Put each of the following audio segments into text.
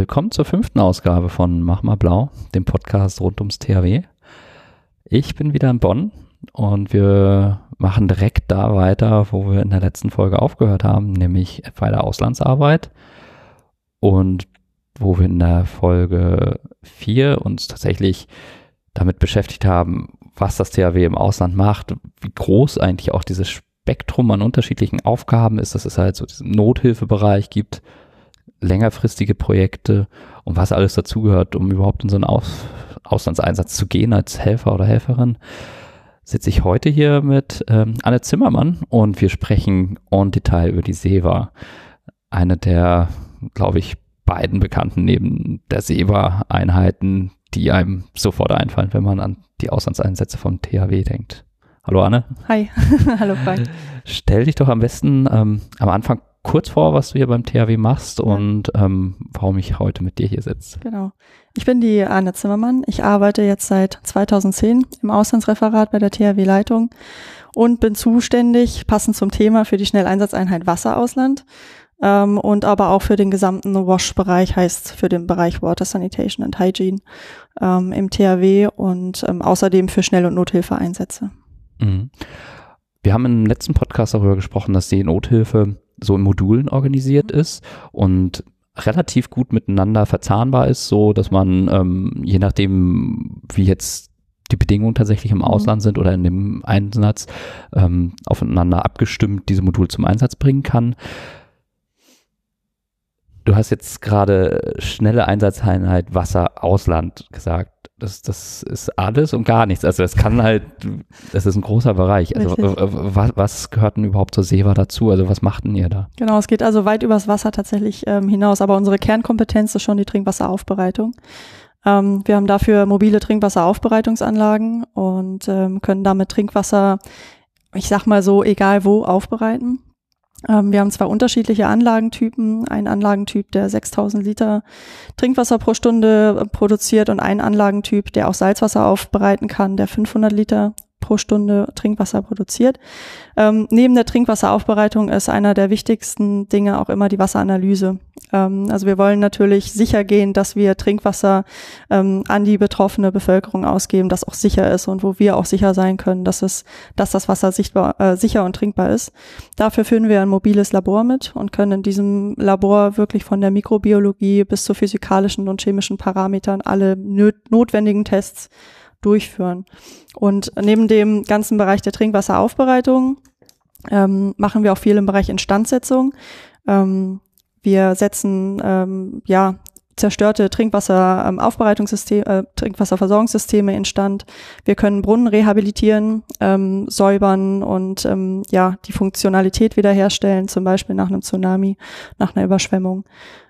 Willkommen zur 5. Ausgabe von Mach mal blau, dem Podcast rund ums THW. Ich bin wieder in Bonn und wir machen direkt da weiter, wo wir in der letzten Folge aufgehört haben, nämlich bei der Auslandsarbeit. Und wo wir in der Folge 4 uns tatsächlich damit beschäftigt haben, was das THW im Ausland macht, wie groß eigentlich auch dieses Spektrum an unterschiedlichen Aufgaben ist, dass es halt so diesen Nothilfebereich gibt, längerfristige Projekte und was alles dazugehört, um überhaupt in so einen Auslandseinsatz zu gehen als Helfer oder Helferin, sitze ich heute hier mit Anne Zimmermann und wir sprechen en Detail über die SEWA, eine der, glaube ich, beiden bekannten neben der SEWA-Einheiten, die einem sofort einfallen, wenn man an die Auslandseinsätze vom THW denkt. Hallo Anne. Hi, hallo Frank. Stell dich doch am besten am Anfang kurz vor, was du hier beim THW machst und warum ich heute mit dir hier sitze. Genau. Ich bin die Anne Zimmermann. Ich arbeite jetzt seit 2010 im Auslandsreferat bei der THW-Leitung und bin zuständig, passend zum Thema, für die Schnelleinsatzeinheit Wasserausland und aber auch für den gesamten WASH-Bereich, heißt für den Bereich Water Sanitation and Hygiene im THW und außerdem für Schnell- und Nothilfeeinsätze. Mhm. Wir haben im letzten Podcast darüber gesprochen, dass die Nothilfe so in Modulen organisiert ist und relativ gut miteinander verzahnbar ist, so dass man je nachdem, wie jetzt die Bedingungen tatsächlich im Ausland sind oder in dem Einsatz, aufeinander abgestimmt diese Module zum Einsatz bringen kann. Du hast jetzt gerade schnelle Einsatzeinheit Wasser-Ausland gesagt. Das ist alles und gar nichts. Also es kann halt, das ist ein großer Bereich. Also was gehört denn überhaupt zur SEWA dazu? Also was macht denn ihr da? Genau, es geht also weit übers Wasser tatsächlich hinaus, aber unsere Kernkompetenz ist schon die Trinkwasseraufbereitung. Wir haben dafür mobile Trinkwasseraufbereitungsanlagen und können damit Trinkwasser, ich sag mal so, egal wo, aufbereiten. Wir haben zwei unterschiedliche Anlagentypen, einen Anlagentyp, der 6000 Liter Trinkwasser pro Stunde produziert und einen Anlagentyp, der auch Salzwasser aufbereiten kann, der 500 Liter pro Stunde Trinkwasser produziert. Neben der Trinkwasseraufbereitung ist einer der wichtigsten Dinge auch immer die Wasseranalyse. Also wir wollen natürlich sicher gehen, dass wir Trinkwasser an die betroffene Bevölkerung ausgeben, das auch sicher ist und wo wir auch sicher sein können, dass das Wasser sicher und trinkbar ist. Dafür führen wir ein mobiles Labor mit und können in diesem Labor wirklich von der Mikrobiologie bis zu physikalischen und chemischen Parametern alle notwendigen Tests durchführen. Und neben dem ganzen Bereich der Trinkwasseraufbereitung machen wir auch viel im Bereich Instandsetzung. Wir setzen zerstörte Trinkwasserversorgungssysteme instand. Wir können Brunnen rehabilitieren, säubern und die Funktionalität wiederherstellen, zum Beispiel nach einem Tsunami, nach einer Überschwemmung.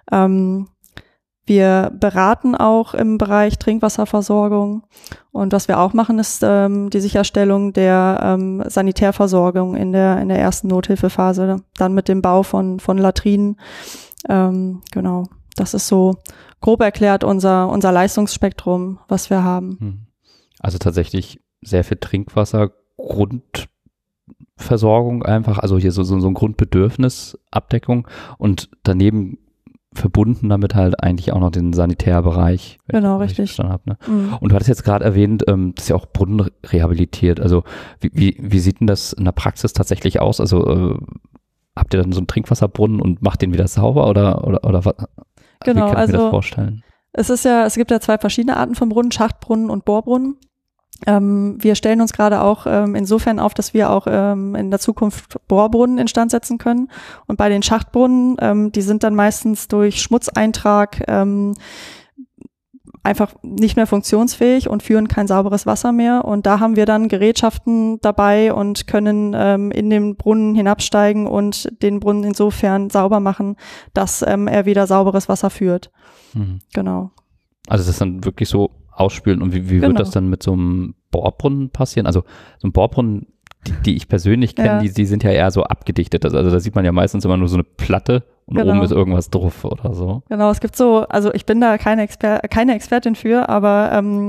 Wir beraten auch im Bereich Trinkwasserversorgung und was wir auch machen, ist die Sicherstellung der Sanitärversorgung in der ersten Nothilfephase, dann mit dem Bau von Latrinen. Genau, das ist so grob erklärt unser Leistungsspektrum, was wir haben. Also tatsächlich sehr viel Trinkwasser, Grundversorgung einfach, also hier so ein Grundbedürfnisabdeckung und daneben verbunden damit halt eigentlich auch noch den Sanitärbereich. Genau, richtig. Ne? Und du hattest jetzt gerade erwähnt, dass ihr auch Brunnen rehabilitiert. Also wie sieht denn das in der Praxis tatsächlich aus? Also habt ihr dann so einen Trinkwasserbrunnen und macht den wieder sauber oder was? Genau, wie kann ich mir das vorstellen? Es gibt ja zwei verschiedene Arten von Brunnen, Schachtbrunnen und Bohrbrunnen. Wir stellen uns gerade auch insofern auf, dass wir auch in der Zukunft Bohrbrunnen instand setzen können. Und bei den Schachtbrunnen, die sind dann meistens durch Schmutzeintrag einfach nicht mehr funktionsfähig und führen kein sauberes Wasser mehr. Und da haben wir dann Gerätschaften dabei und können in den Brunnen hinabsteigen und den Brunnen insofern sauber machen, dass er wieder sauberes Wasser führt. Genau. Also das ist dann wirklich so ausspülen und wie wird das dann mit so einem Bohrbrunnen passieren? Also so ein Bohrbrunnen, die ich persönlich kenne, die sind ja eher so abgedichtet. Also da sieht man ja meistens immer nur so eine Platte und oben ist irgendwas drauf oder so. Genau, es gibt so, also ich bin da keine Expertin für, aber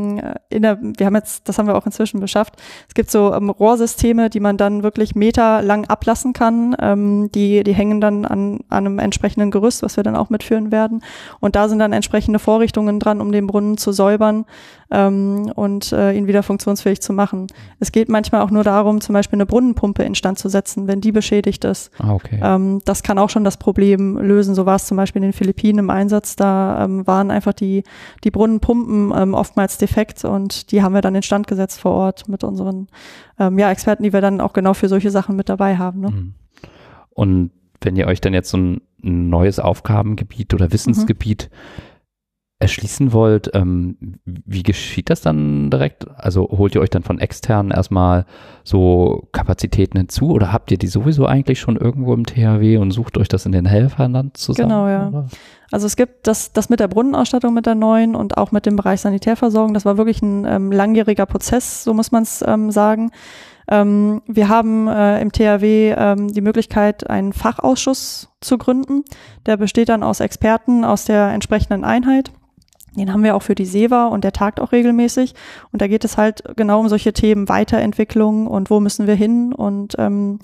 das haben wir auch inzwischen beschafft, es gibt so Rohrsysteme, die man dann wirklich meterlang ablassen kann, die hängen dann an einem entsprechenden Gerüst, was wir dann auch mitführen werden, und da sind dann entsprechende Vorrichtungen dran, um den Brunnen zu säubern und ihn wieder funktionsfähig zu machen. Es geht manchmal auch nur darum, zum Beispiel eine Brunnenpumpe instand zu setzen, wenn die beschädigt ist. Okay. Das kann auch schon das Problem lösen. So war es zum Beispiel in den Philippinen im Einsatz. Da waren einfach die Brunnenpumpen oftmals defekt, und die haben wir dann instand gesetzt vor Ort mit unseren Experten, die wir dann auch genau für solche Sachen mit dabei haben. Ne? Und wenn ihr euch dann jetzt so ein neues Aufgabengebiet oder Wissensgebiet erschließen wollt, wie geschieht das dann direkt? Also holt ihr euch dann von externen erstmal so Kapazitäten hinzu, oder habt ihr die sowieso eigentlich schon irgendwo im THW und sucht euch das in den Helfern dann zusammen? Genau, ja. Oder? Also es gibt das mit der Brunnenausstattung, mit der neuen, und auch mit dem Bereich Sanitärversorgung. Das war wirklich ein langjähriger Prozess, so muss man es sagen. Wir haben im THW die Möglichkeit, einen Fachausschuss zu gründen. Der besteht dann aus Experten aus der entsprechenden Einheit. Den haben wir auch für die SEWA, und der tagt auch regelmäßig. Und da geht es halt genau um solche Themen Weiterentwicklung und wo müssen wir hin. Und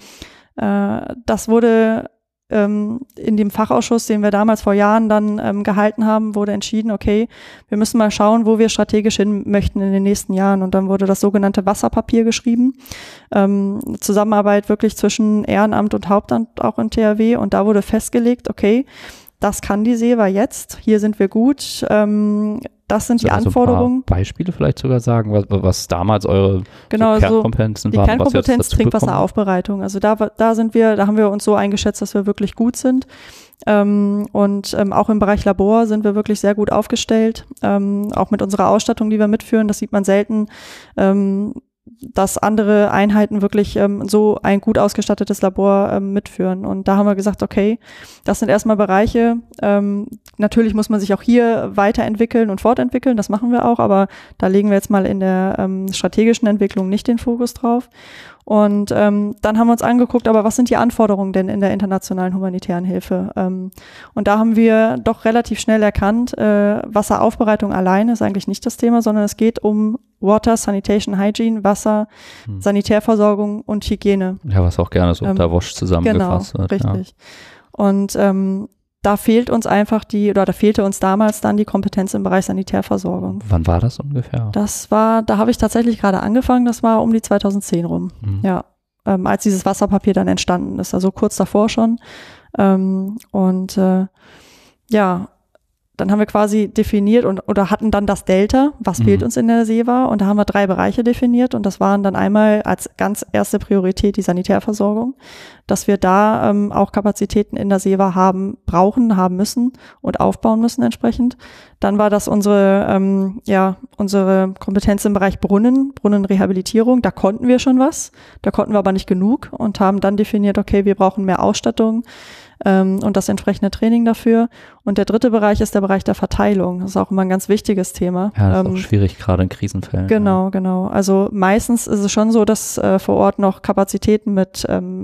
das wurde in dem Fachausschuss, den wir damals vor Jahren dann gehalten haben, wurde entschieden, okay, wir müssen mal schauen, wo wir strategisch hin möchten in den nächsten Jahren. Und dann wurde das sogenannte Wasserpapier geschrieben. Zusammenarbeit wirklich zwischen Ehrenamt und Hauptamt auch im THW. Und da wurde festgelegt, okay, das kann die SEWA jetzt, hier sind wir gut, das sind die Anforderungen. Ein paar Beispiele vielleicht sogar sagen, was damals eure Kernkompetenzen waren? Die Kernkompetenz Trinkwasseraufbereitung. Also da haben wir uns so eingeschätzt, dass wir wirklich gut sind. Und auch im Bereich Labor sind wir wirklich sehr gut aufgestellt. Auch mit unserer Ausstattung, die wir mitführen, das sieht man selten, dass andere Einheiten wirklich so ein gut ausgestattetes Labor mitführen. Und da haben wir gesagt, okay, das sind erstmal Bereiche. Natürlich muss man sich auch hier weiterentwickeln und fortentwickeln, das machen wir auch, aber da legen wir jetzt mal in der strategischen Entwicklung nicht den Fokus drauf. Und dann haben wir uns angeguckt, aber was sind die Anforderungen denn in der internationalen humanitären Hilfe? Und da haben wir doch relativ schnell erkannt, Wasseraufbereitung alleine ist eigentlich nicht das Thema, sondern es geht um Water, Sanitation, Hygiene, Wasser, Sanitärversorgung und Hygiene. Ja, was auch gerne so unter WASH zusammengefasst wird. Genau, richtig. Ja. Und da fehlte uns damals dann die Kompetenz im Bereich Sanitärversorgung. Wann war das ungefähr? Da habe ich tatsächlich gerade angefangen, das war um die 2010 rum, ja, als dieses Wasserpapier dann entstanden ist, also kurz davor schon. Dann haben wir quasi definiert oder hatten dann das Delta, was fehlt uns in der SEWA, und da haben wir 3 Bereiche definiert, und das waren dann einmal als ganz erste Priorität die Sanitärversorgung, dass wir da auch Kapazitäten in der SEWA haben müssen und aufbauen müssen entsprechend. Dann war das unsere Kompetenz im Bereich Brunnenrehabilitierung, da konnten wir schon was, da konnten wir aber nicht genug und haben dann definiert, okay, wir brauchen mehr Ausstattung, und das entsprechende Training dafür. Und der 3. Bereich ist der Bereich der Verteilung. Das ist auch immer ein ganz wichtiger Thema. Ja, das ist auch schwierig, gerade in Krisenfällen. Genau. Also meistens ist es schon so, dass vor Ort noch Kapazitäten mit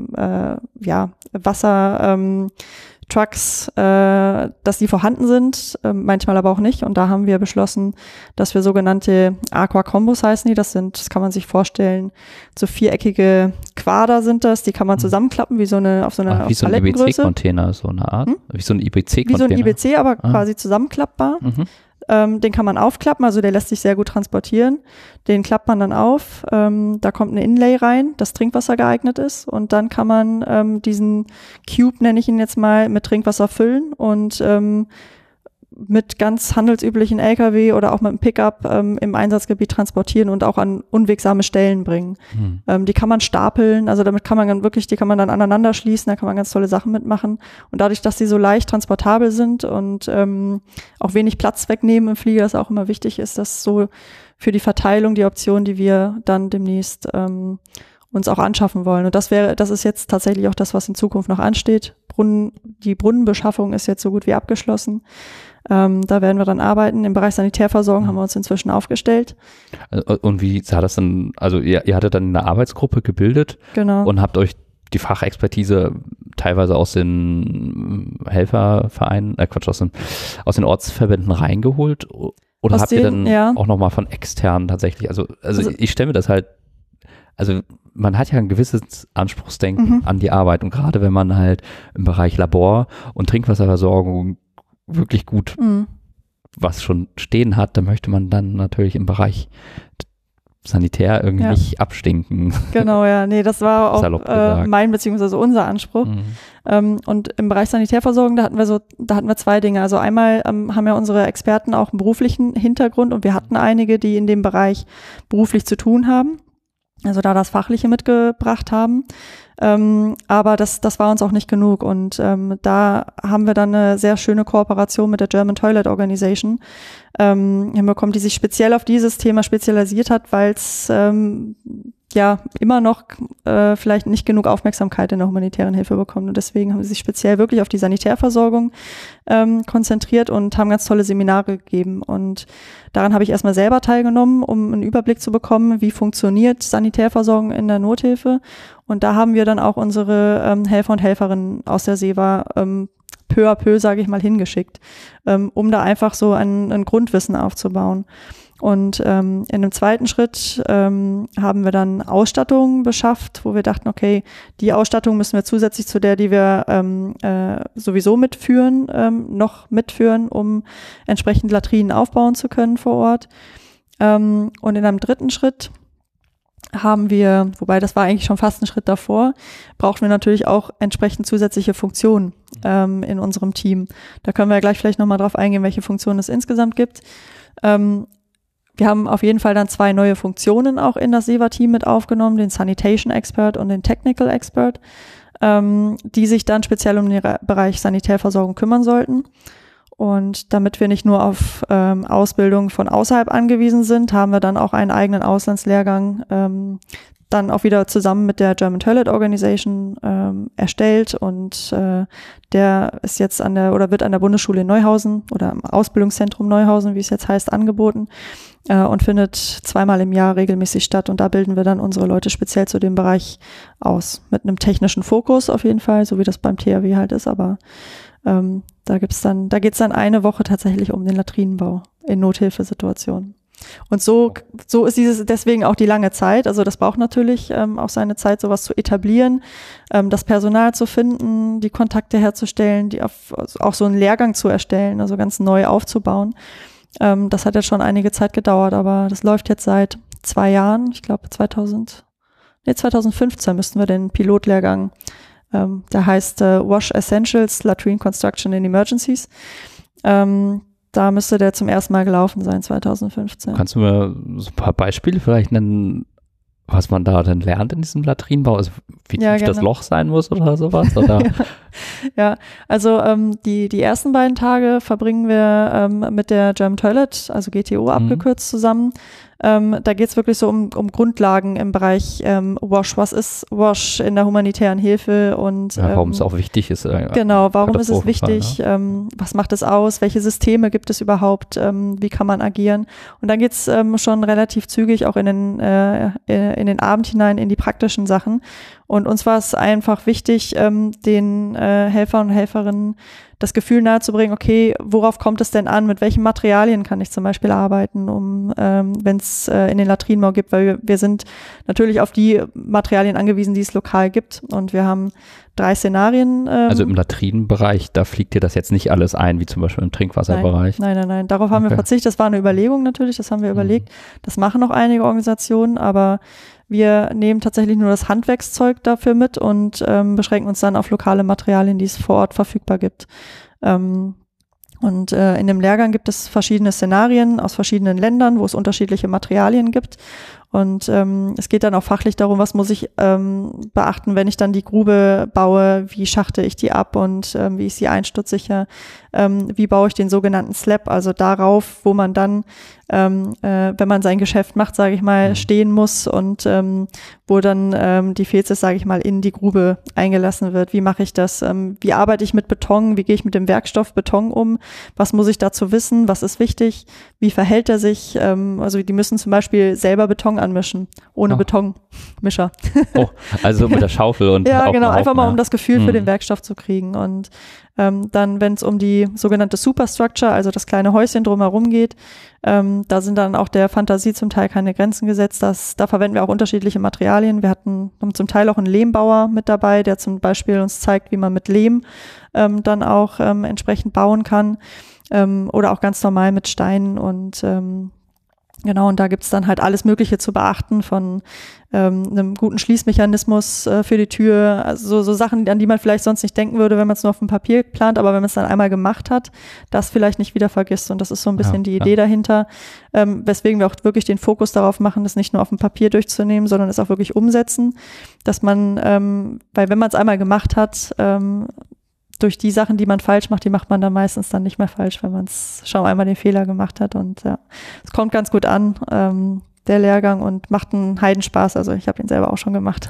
Wasser, Trucks, dass die vorhanden sind, manchmal aber auch nicht. Und da haben wir beschlossen, dass wir sogenannte Aqua-Kombos heißen die. Das kann man sich vorstellen, so viereckige Quader sind das. Die kann man zusammenklappen, wie so eine wie so ein IBC-Container, so eine Art. Wie so ein IBC-Container. Wie so ein IBC, aber quasi zusammenklappbar. Den kann man aufklappen, also der lässt sich sehr gut transportieren. Den klappt man dann auf, da kommt ein Inlay rein, das Trinkwasser geeignet ist, und dann kann man diesen Cube, nenne ich ihn jetzt mal, mit Trinkwasser füllen und mit ganz handelsüblichen LKW oder auch mit einem Pickup im Einsatzgebiet transportieren und auch an unwegsame Stellen bringen. Die kann man stapeln, also damit kann man dann wirklich, die kann man dann aneinander schließen, da kann man ganz tolle Sachen mitmachen. Und dadurch, dass die so leicht transportabel sind und auch wenig Platz wegnehmen im Flieger, das auch immer wichtig ist, dass so für die Verteilung die Option, die wir dann demnächst uns auch anschaffen wollen. Und das ist jetzt tatsächlich auch das, was in Zukunft noch ansteht. Die Brunnenbeschaffung ist jetzt so gut wie abgeschlossen. Da werden wir dann arbeiten. Im Bereich Sanitärversorgung haben wir uns inzwischen aufgestellt. Und wie sah das dann, also ihr hattet dann eine Arbeitsgruppe gebildet, genau, und habt euch die Fachexpertise teilweise aus den Helfervereinen, aus den Ortsverbänden reingeholt? Oder habt ihr dann auch nochmal von extern tatsächlich? Also ich stelle mir das halt, also man hat ja ein gewisses Anspruchsdenken an die Arbeit und gerade wenn man halt im Bereich Labor und Trinkwasserversorgung wirklich gut was schon stehen hat, dann möchte man dann natürlich im Bereich Sanitär irgendwie nicht abstinken. Genau, ja. Nee, das war auch mein bzw. unser Anspruch. Und im Bereich Sanitärversorgung, da hatten wir zwei Dinge. Also einmal haben ja unsere Experten auch einen beruflichen Hintergrund und wir hatten einige, die in dem Bereich beruflich zu tun haben. Also da das Fachliche mitgebracht haben. Aber das war uns auch nicht genug. Und da haben wir dann eine sehr schöne Kooperation mit der German Toilet Organization hinbekommen, die sich speziell auf dieses Thema spezialisiert hat, weil es immer noch vielleicht nicht genug Aufmerksamkeit in der humanitären Hilfe bekommt. Und deswegen haben sie sich speziell wirklich auf die Sanitärversorgung konzentriert und haben ganz tolle Seminare gegeben. Und daran habe ich erstmal selber teilgenommen, um einen Überblick zu bekommen, wie funktioniert Sanitärversorgung in der Nothilfe. Und da haben wir dann auch unsere Helfer und Helferinnen aus der SEWA peu à peu, sage ich mal, hingeschickt, um da einfach so ein Grundwissen aufzubauen. Und in einem zweiten Schritt haben wir dann Ausstattung beschafft, wo wir dachten, okay, die Ausstattung müssen wir zusätzlich zu der, die wir sowieso mitführen, noch mitführen, um entsprechend Latrinen aufbauen zu können vor Ort. Und in einem dritten Schritt haben wir, wobei das war eigentlich schon fast ein Schritt davor, brauchten wir natürlich auch entsprechend zusätzliche Funktionen in unserem Team. Da können wir ja gleich vielleicht nochmal drauf eingehen, welche Funktionen es insgesamt gibt. Wir haben auf jeden Fall dann 2 neue Funktionen auch in das SEWA-Team mit aufgenommen, den Sanitation Expert und den Technical Expert, die sich dann speziell um den Bereich Sanitärversorgung kümmern sollten. Und damit wir nicht nur auf Ausbildung von außerhalb angewiesen sind, haben wir dann auch einen eigenen Auslandslehrgang dann auch wieder zusammen mit der German Toilet Organization erstellt und der ist jetzt wird an der Bundesschule in Neuhausen oder im Ausbildungszentrum Neuhausen, wie es jetzt heißt, angeboten und findet 2-mal im Jahr regelmäßig statt und da bilden wir dann unsere Leute speziell zu dem Bereich aus. Mit einem technischen Fokus auf jeden Fall, so wie das beim THW halt ist, aber da geht's dann eine Woche tatsächlich um den Latrinenbau in Nothilfesituationen. Und so ist deswegen auch die lange Zeit. Also das braucht natürlich auch seine Zeit, sowas zu etablieren, das Personal zu finden, die Kontakte herzustellen, auch so einen Lehrgang zu erstellen, also ganz neu aufzubauen. Das hat ja schon einige Zeit gedauert, aber das läuft jetzt seit 2 Jahren. Ich glaube 2015 müssten wir den Pilotlehrgang, der heißt Wash Essentials, Latrine Construction in Emergencies. Da müsste der zum ersten Mal gelaufen sein, 2015. Kannst du mir so ein paar Beispiele vielleicht nennen, was man da denn lernt in diesem Latrinenbau? Also wie tief das Loch sein muss oder sowas? Oder? Ja, also die ersten beiden Tage verbringen wir mit der German Toilet, also GTO abgekürzt, zusammen. Da geht es wirklich so um Grundlagen im Bereich Wash. Was ist Wash in der humanitären Hilfe? Und warum es auch wichtig ist. Genau, warum ist es wichtig? Ne? Was macht es aus? Welche Systeme gibt es überhaupt? Wie kann man agieren? Und dann geht es schon relativ zügig auch in den Abend hinein in die praktischen Sachen. Und uns war es einfach wichtig, den Helfern und Helferinnen das Gefühl nahezubringen, okay, worauf kommt es denn an? Mit welchen Materialien kann ich zum Beispiel arbeiten, wenn es in den Latrinenbau gibt? Weil wir sind natürlich auf die Materialien angewiesen, die es lokal gibt. Und wir haben 3 Szenarien. Also im Latrinenbereich, da fliegt dir das jetzt nicht alles ein, wie zum Beispiel im Trinkwasserbereich? Nein. Darauf haben wir verzichtet. Das war eine Überlegung natürlich, das haben wir überlegt. Das machen noch einige Organisationen, aber wir nehmen tatsächlich nur das Handwerkszeug dafür mit und beschränken uns dann auf lokale Materialien, die es vor Ort verfügbar gibt. Und in dem Lehrgang gibt es verschiedene Szenarien aus verschiedenen Ländern, wo es unterschiedliche Materialien gibt. Und es geht dann auch fachlich darum, was muss ich beachten, wenn ich dann die Grube baue, wie schachte ich die ab und wie ist sie einsturzsicher, wie baue ich den sogenannten Slab, also darauf, wo man dann, wenn man sein Geschäft macht, sage ich mal, stehen muss und wo dann die Fezes, sage ich mal, in die Grube eingelassen wird. Wie mache ich das? Wie arbeite ich mit Beton? Wie gehe ich mit dem Werkstoff Beton um? Was muss ich dazu wissen? Was ist wichtig? Wie verhält er sich? Also die müssen zum Beispiel selber Beton anmischen, ohne Betonmischer. Oh, also mit der Schaufel und ja, genau, einfach mal um das Gefühl für den Werkstoff zu kriegen. Und dann, wenn es um die sogenannte Superstructure, also das kleine Häuschen drumherum geht, da sind dann auch der Fantasie zum Teil keine Grenzen gesetzt. Da verwenden wir auch unterschiedliche Materialien. Wir haben zum Teil auch einen Lehmbauer mit dabei, der zum Beispiel uns zeigt, wie man mit Lehm dann auch entsprechend bauen kann, oder auch ganz normal mit Steinen und genau, und da gibt's dann halt alles Mögliche zu beachten, von einem guten Schließmechanismus für die Tür, also so Sachen, an die man vielleicht sonst nicht denken würde, wenn man es nur auf dem Papier plant, aber wenn man es dann einmal gemacht hat, das vielleicht nicht wieder vergisst. Und das ist so ein bisschen die Idee dahinter, weswegen wir auch wirklich den Fokus darauf machen, das nicht nur auf dem Papier durchzunehmen, sondern es auch wirklich umsetzen, dass man, weil wenn man es einmal gemacht hat, durch die Sachen, die man falsch macht, die macht man dann meistens dann nicht mehr falsch, wenn man es schon einmal den Fehler gemacht hat. Und ja, es kommt ganz gut an, der Lehrgang, und macht einen Heidenspaß. Also ich habe ihn selber auch schon gemacht.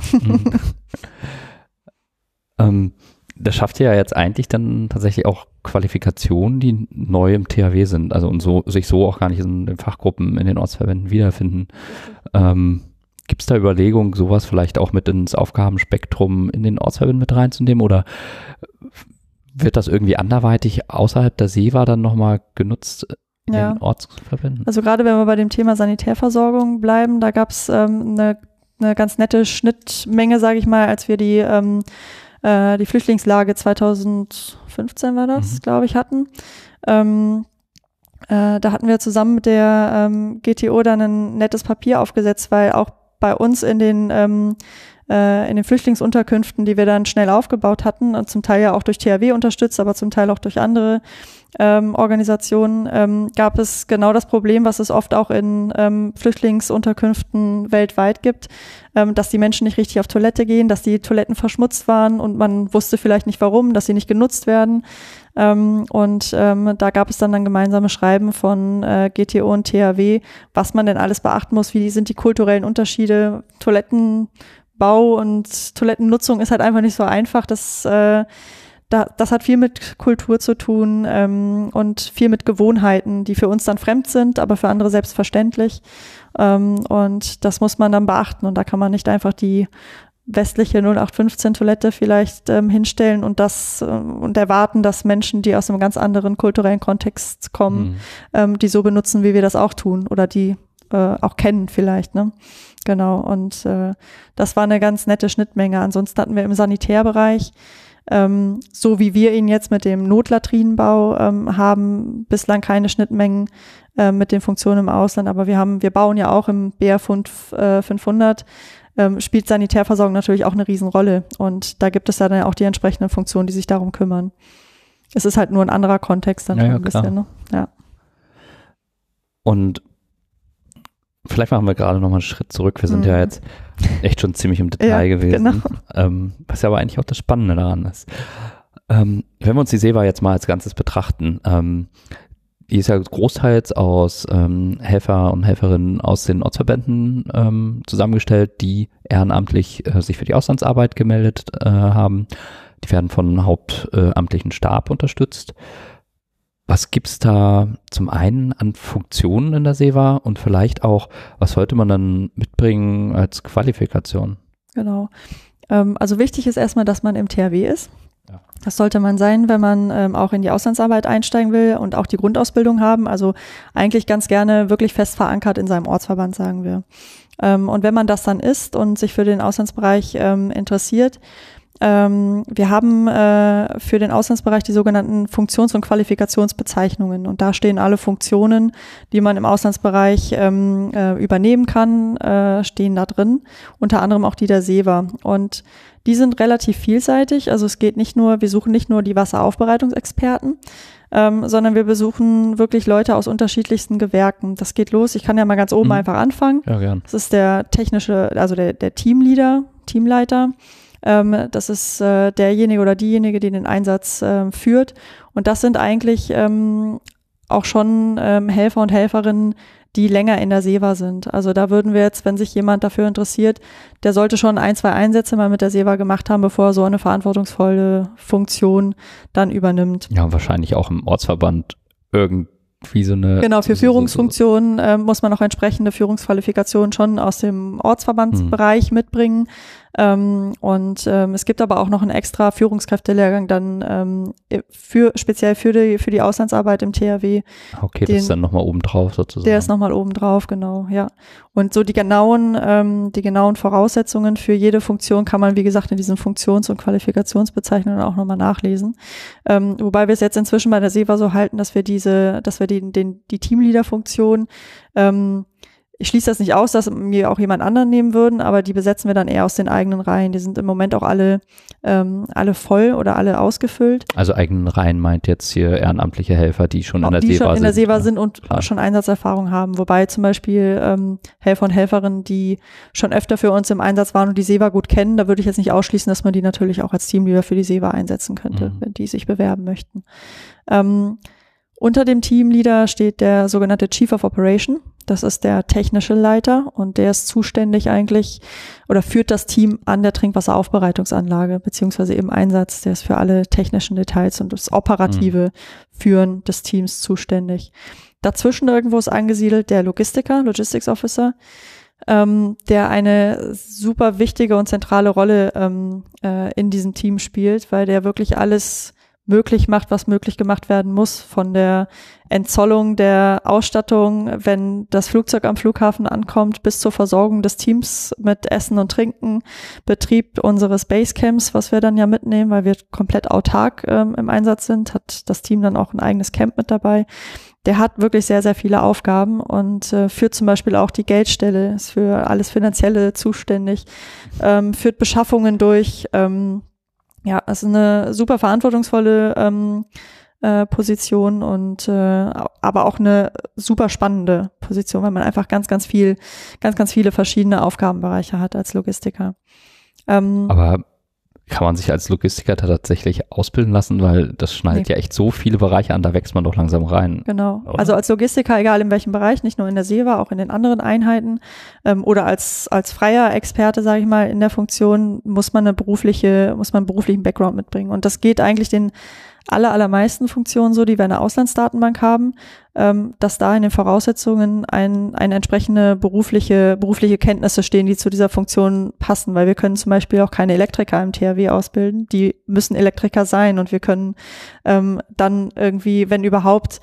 Das schafft ja jetzt eigentlich dann tatsächlich auch Qualifikationen, die neu im THW sind, also und sich so auch gar nicht in den Fachgruppen, in den Ortsverbänden wiederfinden. Gibt es da Überlegungen, sowas vielleicht auch mit ins Aufgabenspektrum in den Ortsverbänden mit reinzunehmen, oder wird das irgendwie anderweitig außerhalb der SEWA dann nochmal genutzt in den Ortsverbänden? Also gerade wenn wir bei dem Thema Sanitärversorgung bleiben, da gab es eine ganz nette Schnittmenge, sage ich mal, als wir die Flüchtlingslage 2015 war das, glaube ich, hatten. Da hatten wir zusammen mit der GTO dann ein nettes Papier aufgesetzt, weil auch bei uns in den Flüchtlingsunterkünften, die wir dann schnell aufgebaut hatten und zum Teil ja auch durch THW unterstützt, aber zum Teil auch durch andere Organisationen, gab es genau das Problem, was es oft auch in Flüchtlingsunterkünften weltweit gibt, dass die Menschen nicht richtig auf Toilette gehen, dass die Toiletten verschmutzt waren und man wusste vielleicht nicht warum, dass sie nicht genutzt werden. Da gab es dann gemeinsame Schreiben von GTO und THW, was man denn alles beachten muss, wie sind die kulturellen Unterschiede. Toilettenbau und Toilettennutzung ist halt einfach nicht so einfach. Das hat viel mit Kultur zu tun und viel mit Gewohnheiten, die für uns dann fremd sind, aber für andere selbstverständlich. Und das muss man dann beachten. Und da kann man nicht einfach die westliche 0815-Toilette vielleicht hinstellen und erwarten, dass Menschen, die aus einem ganz anderen kulturellen Kontext kommen, die so benutzen, wie wir das auch tun oder die auch kennen vielleicht, ne? Genau, und das war eine ganz nette Schnittmenge. Ansonsten hatten wir im Sanitärbereich, so wie wir ihn jetzt mit dem Notlatrinenbau haben, bislang keine Schnittmengen mit den Funktionen im Ausland, aber wir bauen ja auch im BR 500, spielt Sanitärversorgung natürlich auch eine Riesenrolle. Und da gibt es ja dann auch die entsprechenden Funktionen, die sich darum kümmern. Es ist halt nur ein anderer Kontext dann schon ein bisschen. Ne? Ja. Und vielleicht machen wir gerade nochmal einen Schritt zurück. Wir sind ja jetzt echt schon ziemlich im Detail gewesen. Genau. Was ja aber eigentlich auch das Spannende daran ist. Wenn wir uns die SEWA jetzt mal als Ganzes betrachten, die ist ja großteils aus Helfer und Helferinnen aus den Ortsverbänden zusammengestellt, die ehrenamtlich sich für die Auslandsarbeit gemeldet haben. Die werden von hauptamtlichen Stab unterstützt. Was gibt's da zum einen an Funktionen in der SEWA und vielleicht auch, was sollte man dann mitbringen als Qualifikation? Genau. Also wichtig ist erstmal, dass man im THW ist. Ja. Das sollte man sein, wenn man auch in die Auslandsarbeit einsteigen will und auch die Grundausbildung haben. Also eigentlich ganz gerne wirklich fest verankert in seinem Ortsverband, sagen wir. Und wenn man das dann ist und sich für den Auslandsbereich interessiert, wir haben für den Auslandsbereich die sogenannten Funktions- und Qualifikationsbezeichnungen, und da stehen alle Funktionen, die man im Auslandsbereich übernehmen kann, stehen da drin, unter anderem auch die der SEWA, und die sind relativ vielseitig. Also es geht nicht nur, wir suchen nicht nur die Wasseraufbereitungsexperten, sondern wir besuchen wirklich Leute aus unterschiedlichsten Gewerken. Das geht los, ich kann ja mal ganz oben einfach anfangen. Ja, gern. Das ist der technische, also der Teamleiter. Das ist derjenige oder diejenige, die den Einsatz führt. Und das sind eigentlich auch schon Helfer und Helferinnen, die länger in der SEWA sind. Also da würden wir jetzt, wenn sich jemand dafür interessiert, der sollte schon 1, 2 Einsätze mal mit der SEWA gemacht haben, bevor er so eine verantwortungsvolle Funktion dann übernimmt. Ja, wahrscheinlich auch im Ortsverband wie so eine... Genau, für Führungsfunktionen muss man auch entsprechende Führungsqualifikationen schon aus dem Ortsverbandsbereich mitbringen. Es gibt aber auch noch einen extra Führungskräftelehrgang dann speziell für die Auslandsarbeit im THW. Okay, das ist dann nochmal obendrauf sozusagen. Der ist nochmal obendrauf, genau, ja. Und so die genauen Voraussetzungen für jede Funktion kann man, wie gesagt, in diesen Funktions- und Qualifikationsbezeichnungen auch nochmal nachlesen. Wobei wir es jetzt inzwischen bei der SEWA so halten, dass wir die Teamleader-Funktion, ich schließe das nicht aus, dass wir auch jemand anderen nehmen würden, aber die besetzen wir dann eher aus den eigenen Reihen. Die sind im Moment auch alle voll oder alle ausgefüllt. Also eigenen Reihen meint jetzt hier ehrenamtliche Helfer, die schon in der SEWA sind. Die schon in der SEWA sind und schon Einsatzerfahrung haben. Wobei zum Beispiel Helfer und Helferinnen, die schon öfter für uns im Einsatz waren und die SEWA gut kennen, da würde ich jetzt nicht ausschließen, dass man die natürlich auch als Teamleader für die SEWA einsetzen könnte, wenn die sich bewerben möchten. Unter dem Teamleader steht der sogenannte Chief of Operation. Das ist der technische Leiter und der ist zuständig eigentlich oder führt das Team an der Trinkwasseraufbereitungsanlage beziehungsweise im Einsatz. Der ist für alle technischen Details und das operative Führen des Teams zuständig. Dazwischen irgendwo ist angesiedelt der Logistiker, Logistics Officer, der eine super wichtige und zentrale Rolle in diesem Team spielt, weil der wirklich alles möglich macht, was möglich gemacht werden muss, von der Entzollung der Ausstattung, wenn das Flugzeug am Flughafen ankommt, bis zur Versorgung des Teams mit Essen und Trinken, Betrieb unseres Basecamps, was wir dann ja mitnehmen, weil wir komplett autark im Einsatz sind, hat das Team dann auch ein eigenes Camp mit dabei. Der hat wirklich sehr, sehr viele Aufgaben und führt zum Beispiel auch die Geldstelle, ist für alles Finanzielle zuständig, führt Beschaffungen durch, ja, es ist eine super verantwortungsvolle Position und aber auch eine super spannende Position, weil man einfach ganz viele verschiedene Aufgabenbereiche hat als Logistiker. Aber kann man sich als Logistiker tatsächlich ausbilden lassen, weil das schneidet ja echt so viele Bereiche an, da wächst man doch langsam rein. Genau, oder? Also als Logistiker, egal in welchem Bereich, nicht nur in der SEWA, auch in den anderen Einheiten oder als freier Experte, sage ich mal, in der Funktion muss man einen beruflichen Background mitbringen und das geht eigentlich den allermeisten Funktionen so, die wir in der Auslandsdatenbank haben, dass da in den Voraussetzungen eine entsprechende berufliche Kenntnisse stehen, die zu dieser Funktion passen, weil wir können zum Beispiel auch keine Elektriker im THW ausbilden, die müssen Elektriker sein und wir können dann irgendwie, wenn überhaupt,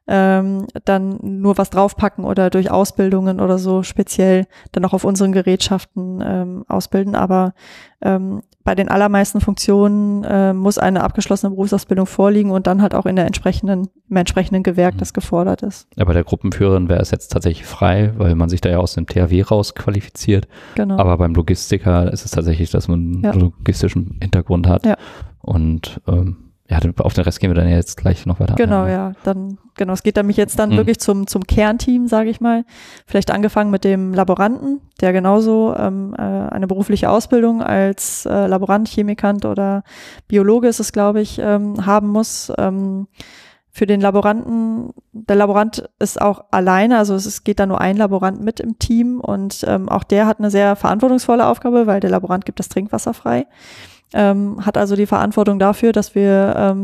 dann nur was draufpacken oder durch Ausbildungen oder so speziell dann auch auf unseren Gerätschaften ausbilden, aber bei den allermeisten Funktionen muss eine abgeschlossene Berufsausbildung vorliegen und dann halt auch im entsprechenden Gewerk, das gefordert ist. Ja, bei der Gruppenführerin wäre es jetzt tatsächlich frei, weil man sich da ja aus dem THW raus qualifiziert. Genau. Aber beim Logistiker ist es tatsächlich, dass man einen logistischen Hintergrund hat. Ja. Und auf den Rest gehen wir dann jetzt gleich noch weiter. Genau, es geht nämlich jetzt dann wirklich zum Kernteam, sage ich mal. Vielleicht angefangen mit dem Laboranten, der genauso eine berufliche Ausbildung als Laborant, Chemikant oder Biologe ist es, glaube ich, haben muss. Für den Laboranten, der Laborant ist auch alleine, also es geht da nur ein Laborant mit im Team und auch der hat eine sehr verantwortungsvolle Aufgabe, weil der Laborant gibt das Trinkwasser frei. Hat also die Verantwortung dafür, dass wir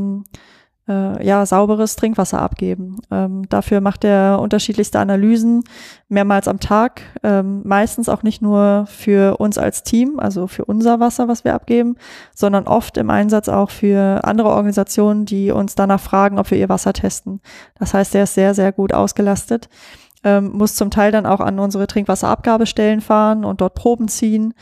sauberes Trinkwasser abgeben. Dafür macht er unterschiedlichste Analysen mehrmals am Tag, meistens auch nicht nur für uns als Team, also für unser Wasser, was wir abgeben, sondern oft im Einsatz auch für andere Organisationen, die uns danach fragen, ob wir ihr Wasser testen. Das heißt, er ist sehr, sehr gut ausgelastet, muss zum Teil dann auch an unsere Trinkwasserabgabestellen fahren und dort Proben ziehen,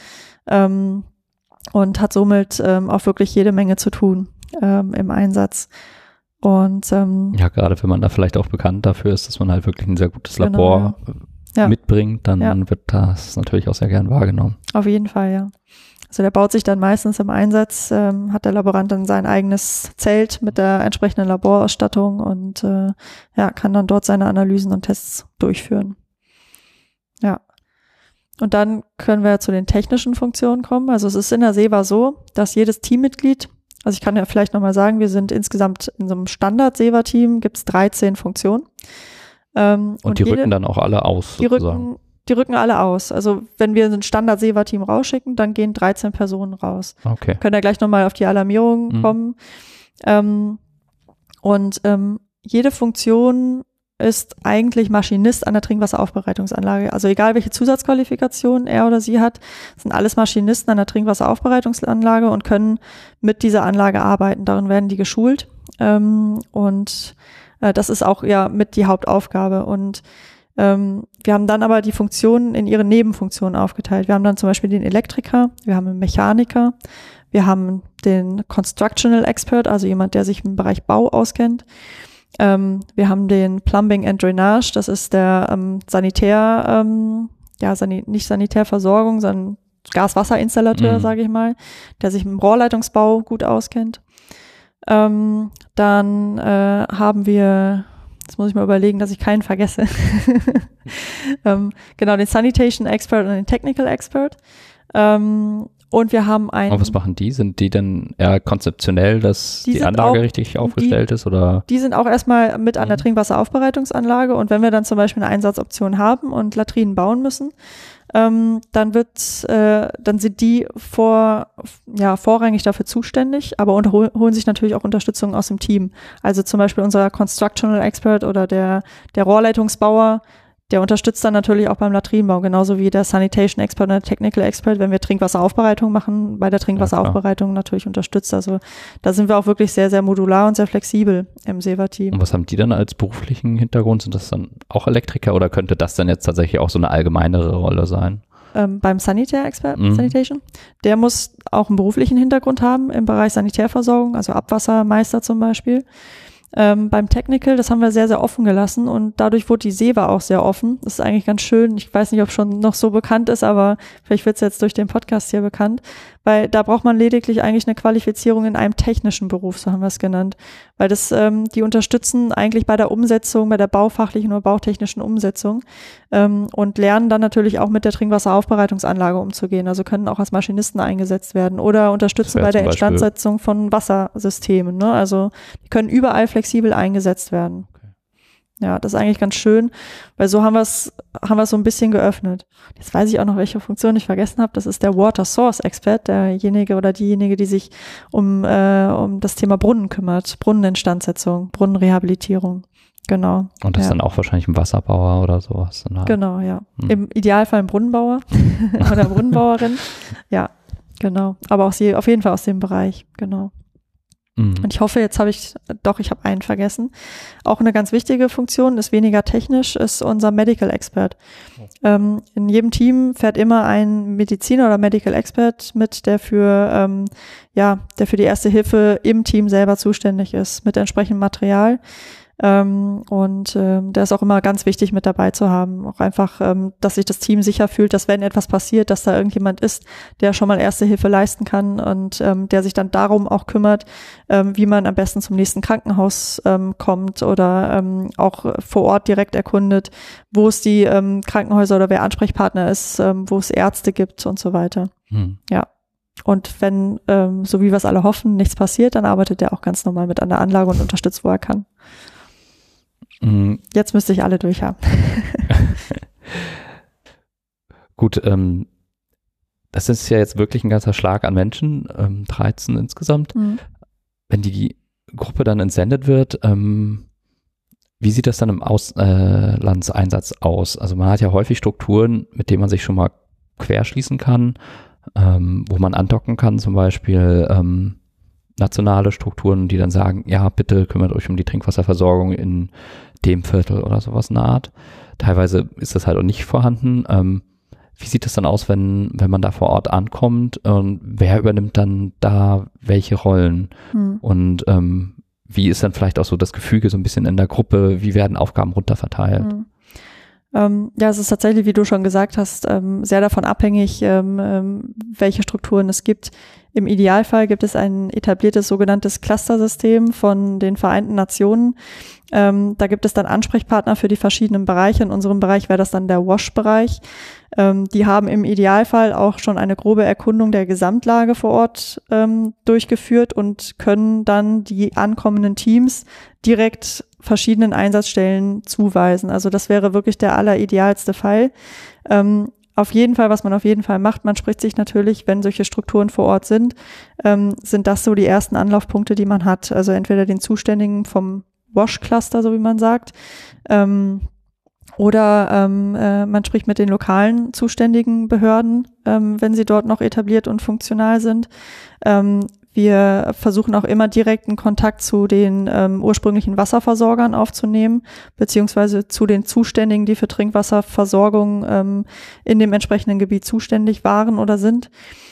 und hat somit auch wirklich jede Menge zu tun im Einsatz. Und ja, gerade wenn man da vielleicht auch bekannt dafür ist, dass man halt wirklich ein sehr gutes Labor mitbringt, dann wird das natürlich auch sehr gern wahrgenommen. Auf jeden Fall, ja. Also der baut sich dann meistens im Einsatz, hat der Laborant dann sein eigenes Zelt mit der entsprechenden Laborausstattung und kann dann dort seine Analysen und Tests durchführen. Ja. Und dann können wir zu den technischen Funktionen kommen. Also es ist in der SEWA so, dass jedes Teammitglied, also ich kann ja vielleicht nochmal sagen, wir sind insgesamt in so einem Standard-SEWA-Team, gibt es 13 Funktionen. Und die rücken dann auch alle aus, sozusagen? Die rücken alle aus. Also wenn wir ein Standard-SEWA-Team rausschicken, dann gehen 13 Personen raus. Okay. Können ja gleich nochmal auf die Alarmierung kommen. Jede Funktion ist eigentlich Maschinist an der Trinkwasseraufbereitungsanlage. Also egal welche Zusatzqualifikation er oder sie hat, sind alles Maschinisten an der Trinkwasseraufbereitungsanlage und können mit dieser Anlage arbeiten. Darin werden die geschult. Und das ist auch ja mit die Hauptaufgabe. Und wir haben dann aber die Funktionen in ihre Nebenfunktionen aufgeteilt. Wir haben dann zum Beispiel den Elektriker, wir haben einen Mechaniker, wir haben den Constructional Expert, also jemand, der sich im Bereich Bau auskennt. Wir haben den Plumbing and Drainage, das ist der nicht Sanitärversorgung, sondern Gas-Wasser-Installateur, sage ich mal, der sich im Rohrleitungsbau gut auskennt. Dann haben wir, jetzt muss ich mal überlegen, dass ich keinen vergesse, genau, den Sanitation Expert und den Technical Expert. Und wir haben einen... Aber was machen die? Sind die denn eher konzeptionell, dass die Anlage auch richtig aufgestellt ist? Oder? Die sind auch erstmal mit an der Trinkwasseraufbereitungsanlage und wenn wir dann zum Beispiel eine Einsatzoption haben und Latrinen bauen müssen, dann sind die vorrangig dafür zuständig, aber holen sich natürlich auch Unterstützung aus dem Team. Also zum Beispiel unser Constructional Expert oder der Rohrleitungsbauer, der unterstützt dann natürlich auch beim Latrinenbau, genauso wie der Sanitation Expert und der Technical Expert, wenn wir Trinkwasseraufbereitung machen, bei der Trinkwasseraufbereitung natürlich unterstützt. Also da sind wir auch wirklich sehr, sehr modular und sehr flexibel im SEWA-Team. Und was haben die dann als beruflichen Hintergrund? Sind das dann auch Elektriker oder könnte das dann jetzt tatsächlich auch so eine allgemeinere Rolle sein? Beim Sanitär Expert, Sanitation, der muss auch einen beruflichen Hintergrund haben im Bereich Sanitärversorgung, also Abwassermeister zum Beispiel. Beim Technical, das haben wir sehr, sehr offen gelassen und dadurch wurde die SEWA auch sehr offen. Das ist eigentlich ganz schön. Ich weiß nicht, ob es schon noch so bekannt ist, aber vielleicht wird es jetzt durch den Podcast hier bekannt, weil da braucht man lediglich eigentlich eine Qualifizierung in einem technischen Beruf, so haben wir es genannt, weil die unterstützen eigentlich bei der Umsetzung, bei der baufachlichen oder bautechnischen Umsetzung und lernen dann natürlich auch mit der Trinkwasseraufbereitungsanlage umzugehen, also können auch als Maschinisten eingesetzt werden oder unterstützen bei der Instandsetzung von Wassersystemen, ne? Also die können überall flexibel eingesetzt werden. Okay. Ja, das ist eigentlich ganz schön, weil so haben wir es so ein bisschen geöffnet. Jetzt weiß ich auch noch, welche Funktion ich vergessen habe. Das ist der Water Source Expert, derjenige oder diejenige, die sich um das Thema Brunnen kümmert, Brunneninstandsetzung, Brunnenrehabilitierung. Genau. Und das ist dann auch wahrscheinlich ein Wasserbauer oder sowas. Dann halt. Genau, ja. Im Idealfall ein Brunnenbauer oder Brunnenbauerin. Ja, genau. Aber auch sie auf jeden Fall aus dem Bereich, genau. Und ich hoffe, ich habe einen vergessen. Auch eine ganz wichtige Funktion, ist weniger technisch, ist unser Medical Expert. In jedem Team fährt immer ein Mediziner oder Medical Expert mit, der für die Erste Hilfe im Team selber zuständig ist, mit entsprechendem Material. Der ist auch immer ganz wichtig mit dabei zu haben. Auch einfach, dass sich das Team sicher fühlt, dass wenn etwas passiert, dass da irgendjemand ist, der schon mal Erste Hilfe leisten kann und der sich dann darum auch kümmert, wie man am besten zum nächsten Krankenhaus kommt oder auch vor Ort direkt erkundet, wo es die Krankenhäuser oder wer Ansprechpartner ist, wo es Ärzte gibt und so weiter. Ja. Und wenn, so wie wir es alle hoffen, nichts passiert, dann arbeitet er auch ganz normal mit an der Anlage und unterstützt, wo er kann. Jetzt müsste ich alle durchhaben. Gut, das ist ja jetzt wirklich ein ganzer Schlag an Menschen, 13 insgesamt. Wenn die Gruppe dann entsendet wird, wie sieht das dann im Auslandseinsatz aus? Also man hat ja häufig Strukturen, mit denen man sich schon mal querschließen kann, wo man andocken kann, zum Beispiel nationale Strukturen, die dann sagen, ja, bitte kümmert euch um die Trinkwasserversorgung in dem Viertel oder sowas in der Art. Teilweise ist das halt auch nicht vorhanden. Wie sieht das dann aus, wenn man da vor Ort ankommt und wer übernimmt dann da welche Rollen? Und wie ist dann vielleicht auch so das Gefüge so ein bisschen in der Gruppe? Wie werden Aufgaben runterverteilt? Ja, es ist tatsächlich, wie du schon gesagt hast, sehr davon abhängig, welche Strukturen es gibt. Im Idealfall gibt es ein etabliertes sogenanntes Cluster-System von den Vereinten Nationen. Da gibt es dann Ansprechpartner für die verschiedenen Bereiche. In unserem Bereich wäre das dann der WASH-Bereich. Die haben im Idealfall auch schon eine grobe Erkundung der Gesamtlage vor Ort durchgeführt und können dann die ankommenden Teams direkt verschiedenen Einsatzstellen zuweisen. Also das wäre wirklich der alleridealste Fall. Auf jeden Fall, was man auf jeden Fall macht, man spricht sich natürlich, wenn solche Strukturen vor Ort sind das so die ersten Anlaufpunkte, die man hat. Also entweder den Zuständigen vom Wash-Cluster, so wie man sagt. Oder man spricht mit den lokalen zuständigen Behörden, wenn sie dort noch etabliert und funktional sind. Wir versuchen auch immer direkten Kontakt zu den ursprünglichen Wasserversorgern aufzunehmen, beziehungsweise zu den Zuständigen, die für Trinkwasserversorgung in dem entsprechenden Gebiet zuständig waren oder sind.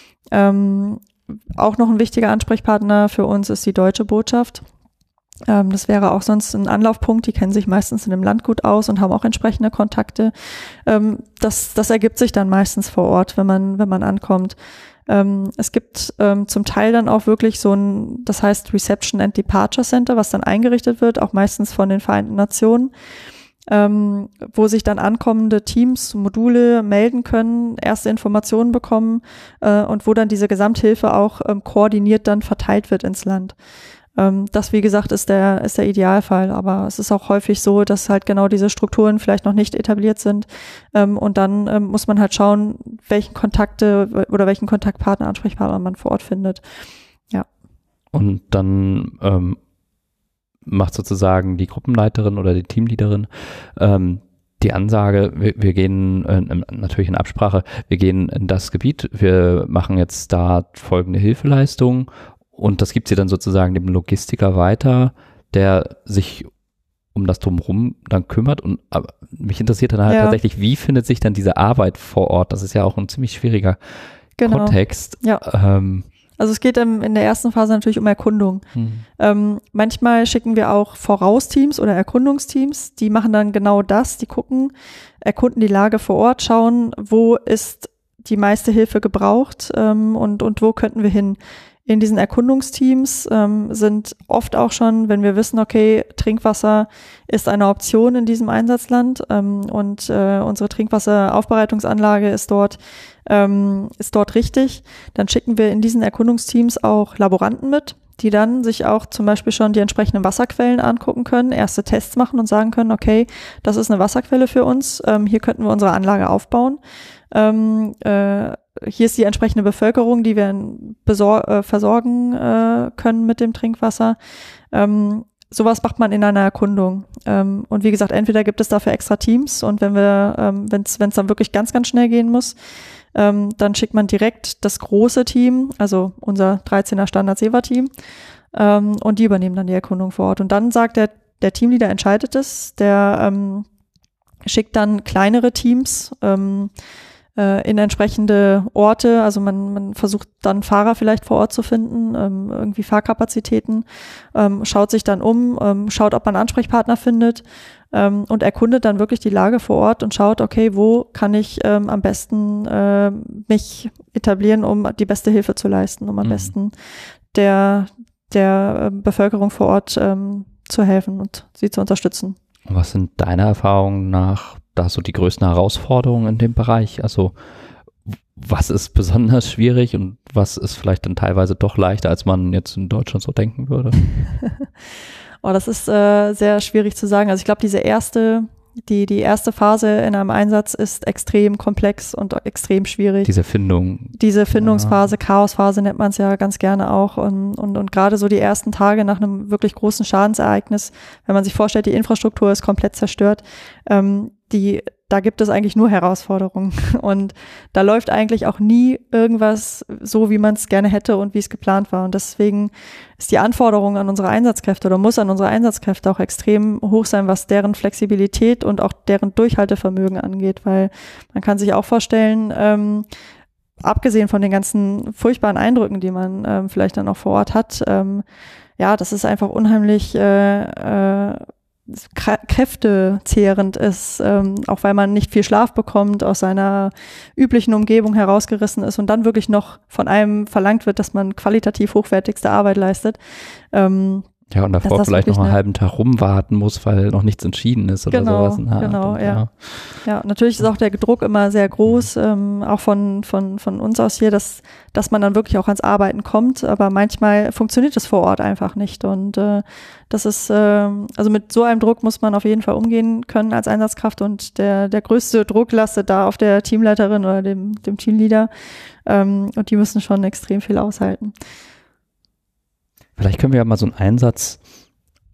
Auch noch ein wichtiger Ansprechpartner für uns ist die Deutsche Botschaft. Das wäre auch sonst ein Anlaufpunkt. Die kennen sich meistens in dem Land gut aus und haben auch entsprechende Kontakte. Das ergibt sich dann meistens vor Ort, wenn man ankommt. Es gibt zum Teil dann auch wirklich so ein, das heißt Reception and Departure Center, was dann eingerichtet wird, auch meistens von den Vereinten Nationen, wo sich dann ankommende Teams, Module melden können, erste Informationen bekommen und wo dann diese Gesamthilfe auch koordiniert dann verteilt wird ins Land. Das, wie gesagt, ist der Idealfall, aber es ist auch häufig so, dass halt genau diese Strukturen vielleicht noch nicht etabliert sind und dann muss man halt schauen, welchen Kontaktpartner, Ansprechpartner man vor Ort findet. Ja. Und dann macht sozusagen die Gruppenleiterin oder die Teamleaderin die Ansage, wir gehen natürlich in Absprache, wir gehen in das Gebiet, wir machen jetzt da folgende Hilfeleistung. Und das gibt sie dann sozusagen dem Logistiker weiter, der sich um das Drumherum dann kümmert. Und aber mich interessiert dann halt tatsächlich, wie findet sich dann diese Arbeit vor Ort? Das ist ja auch ein ziemlich schwieriger Kontext. Ja. Also es geht in der ersten Phase natürlich um Erkundung. Manchmal schicken wir auch Vorausteams oder Erkundungsteams, die machen dann genau das, die erkunden die Lage vor Ort, schauen, wo ist die meiste Hilfe gebraucht und wo könnten wir hin. In diesen Erkundungsteams sind oft auch schon, wenn wir wissen, okay, Trinkwasser ist eine Option in diesem Einsatzland und unsere Trinkwasseraufbereitungsanlage ist dort richtig, dann schicken wir in diesen Erkundungsteams auch Laboranten mit, die dann sich auch zum Beispiel schon die entsprechenden Wasserquellen angucken können, erste Tests machen und sagen können, okay, das ist eine Wasserquelle für uns, hier könnten wir unsere Anlage aufbauen. Hier ist die entsprechende Bevölkerung, die wir versorgen können mit dem Trinkwasser. Sowas macht man in einer Erkundung. Und wie gesagt, entweder gibt es dafür extra Teams und wenn es dann wirklich ganz, ganz schnell gehen muss, dann schickt man direkt das große Team, also unser 13er Standard-SEWA-Team, und die übernehmen dann die Erkundung vor Ort. Und dann sagt der Teamleader entscheidet es, der schickt dann kleinere Teams in entsprechende Orte, also man versucht dann Fahrer vielleicht vor Ort zu finden, irgendwie Fahrkapazitäten, schaut sich dann schaut, ob man Ansprechpartner findet und erkundet dann wirklich die Lage vor Ort und schaut, okay, wo kann ich am besten mich etablieren, um die beste Hilfe zu leisten, um am besten der Bevölkerung vor Ort zu helfen und sie zu unterstützen. Was sind deiner Erfahrung nach da so die größten Herausforderungen in dem Bereich? Also was ist besonders schwierig und was ist vielleicht dann teilweise doch leichter, als man jetzt in Deutschland so denken würde? Das ist sehr schwierig zu sagen. Also ich glaube, die erste Phase in einem Einsatz ist extrem komplex und extrem schwierig. Diese Findungsphase, Chaosphase nennt man es ja ganz gerne auch. Und gerade so die ersten Tage nach einem wirklich großen Schadensereignis, wenn man sich vorstellt, die Infrastruktur ist komplett zerstört, da gibt es eigentlich nur Herausforderungen und da läuft eigentlich auch nie irgendwas so, wie man es gerne hätte und wie es geplant war. Und deswegen ist die Anforderung an unsere Einsatzkräfte oder muss an unsere Einsatzkräfte auch extrem hoch sein, was deren Flexibilität und auch deren Durchhaltevermögen angeht, weil man kann sich auch vorstellen, abgesehen von den ganzen furchtbaren Eindrücken, die man vielleicht dann auch vor Ort hat, das ist einfach unheimlich kräftezehrend ist, auch weil man nicht viel Schlaf bekommt, aus seiner üblichen Umgebung herausgerissen ist und dann wirklich noch von einem verlangt wird, dass man qualitativ hochwertigste Arbeit leistet. Ja, und davor vielleicht noch einen halben Tag rumwarten muss, weil noch nichts entschieden ist oder sowas. Ja, natürlich ist auch der Druck immer sehr groß, auch von uns aus hier, dass man dann wirklich auch ans Arbeiten kommt, aber manchmal funktioniert es vor Ort einfach nicht und das ist, also mit so einem Druck muss man auf jeden Fall umgehen können als Einsatzkraft und der größte Druck lastet da auf der Teamleiterin oder dem Teamleader und die müssen schon extrem viel aushalten. Vielleicht können wir ja mal so einen Einsatz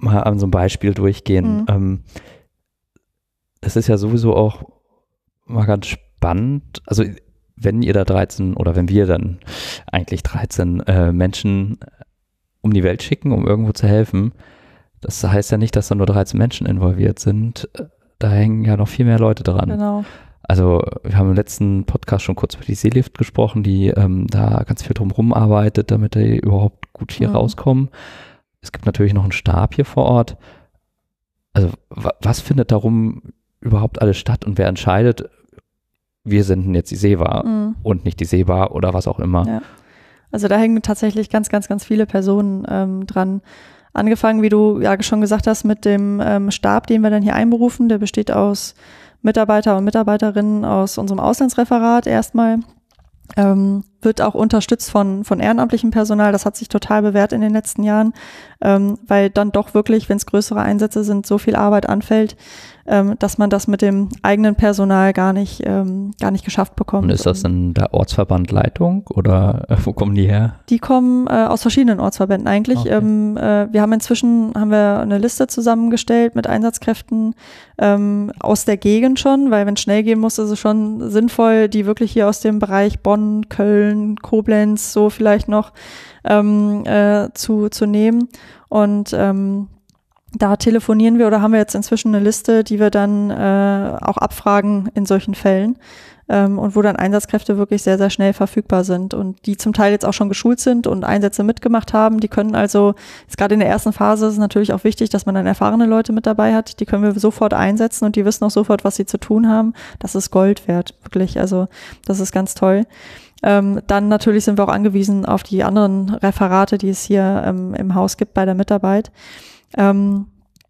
mal an so einem Beispiel durchgehen. Es ist ja sowieso auch mal ganz spannend, also wenn ihr da 13 oder wenn wir dann eigentlich 13 Menschen um die Welt schicken, um irgendwo zu helfen, das heißt ja nicht, dass da nur 13 Menschen involviert sind. Da hängen ja noch viel mehr Leute dran. Genau. Also wir haben im letzten Podcast schon kurz über die Seelift gesprochen, die da ganz viel drumherum arbeitet, damit die überhaupt gut hier rauskommen. Es gibt natürlich noch einen Stab hier vor Ort. Also was findet darum überhaupt alles statt und wer entscheidet, wir senden jetzt die SEWA und nicht die SEWA oder was auch immer? Ja. Also da hängen tatsächlich ganz, ganz, ganz viele Personen dran. Angefangen, wie du ja schon gesagt hast, mit dem Stab, den wir dann hier einberufen. Der besteht aus Mitarbeiter und Mitarbeiterinnen aus unserem Auslandsreferat erstmal. Wird auch unterstützt von ehrenamtlichem Personal. Das hat sich total bewährt in den letzten Jahren, weil dann doch wirklich, wenn es größere Einsätze sind, so viel Arbeit anfällt, dass man das mit dem eigenen Personal gar nicht geschafft bekommt. Und ist das dann der Ortsverband Leitung oder wo kommen die her? Die kommen aus verschiedenen Ortsverbänden eigentlich. Okay. Wir haben inzwischen eine Liste zusammengestellt mit Einsatzkräften aus der Gegend schon, weil wenn es schnell gehen muss, ist es schon sinnvoll, die wirklich hier aus dem Bereich Bonn, Köln, Koblenz so vielleicht noch zu nehmen. Und da telefonieren wir oder haben wir jetzt inzwischen eine Liste, die wir dann auch abfragen in solchen Fällen und wo dann Einsatzkräfte wirklich sehr, sehr schnell verfügbar sind und die zum Teil jetzt auch schon geschult sind und Einsätze mitgemacht haben. Die können also, jetzt gerade in der ersten Phase ist es natürlich auch wichtig, dass man dann erfahrene Leute mit dabei hat. Die können wir sofort einsetzen und die wissen auch sofort, was sie zu tun haben. Das ist Gold wert, wirklich. Also das ist ganz toll. Dann natürlich sind wir auch angewiesen auf die anderen Referate, die es hier im Haus gibt bei der Mitarbeit. Dann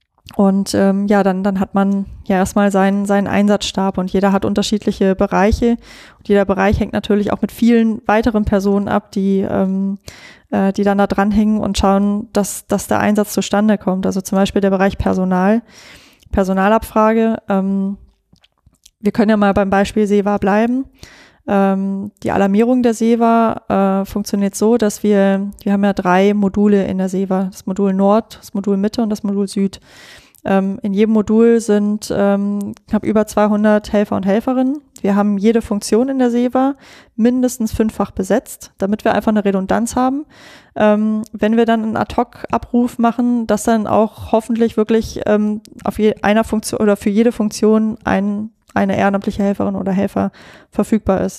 hat man ja erstmal seinen Einsatzstab und jeder hat unterschiedliche Bereiche und jeder Bereich hängt natürlich auch mit vielen weiteren Personen ab, die dann da dranhängen und schauen, dass der Einsatz zustande kommt. Also zum Beispiel der Bereich Personalabfrage. Wir können ja mal beim Beispiel SEWA bleiben. Die Alarmierung der SEWA funktioniert so, dass wir haben ja 3 Module in der SEWA, das Modul Nord, das Modul Mitte und das Modul Süd. In jedem Modul sind knapp über 200 Helfer und Helferinnen. Wir haben jede Funktion in der SEWA mindestens 5-fach besetzt, damit wir einfach eine Redundanz haben. Wenn wir dann einen Ad-Hoc-Abruf machen, dass dann auch hoffentlich wirklich auf einer Funktion oder für jede Funktion eine ehrenamtliche Helferin oder Helfer verfügbar ist.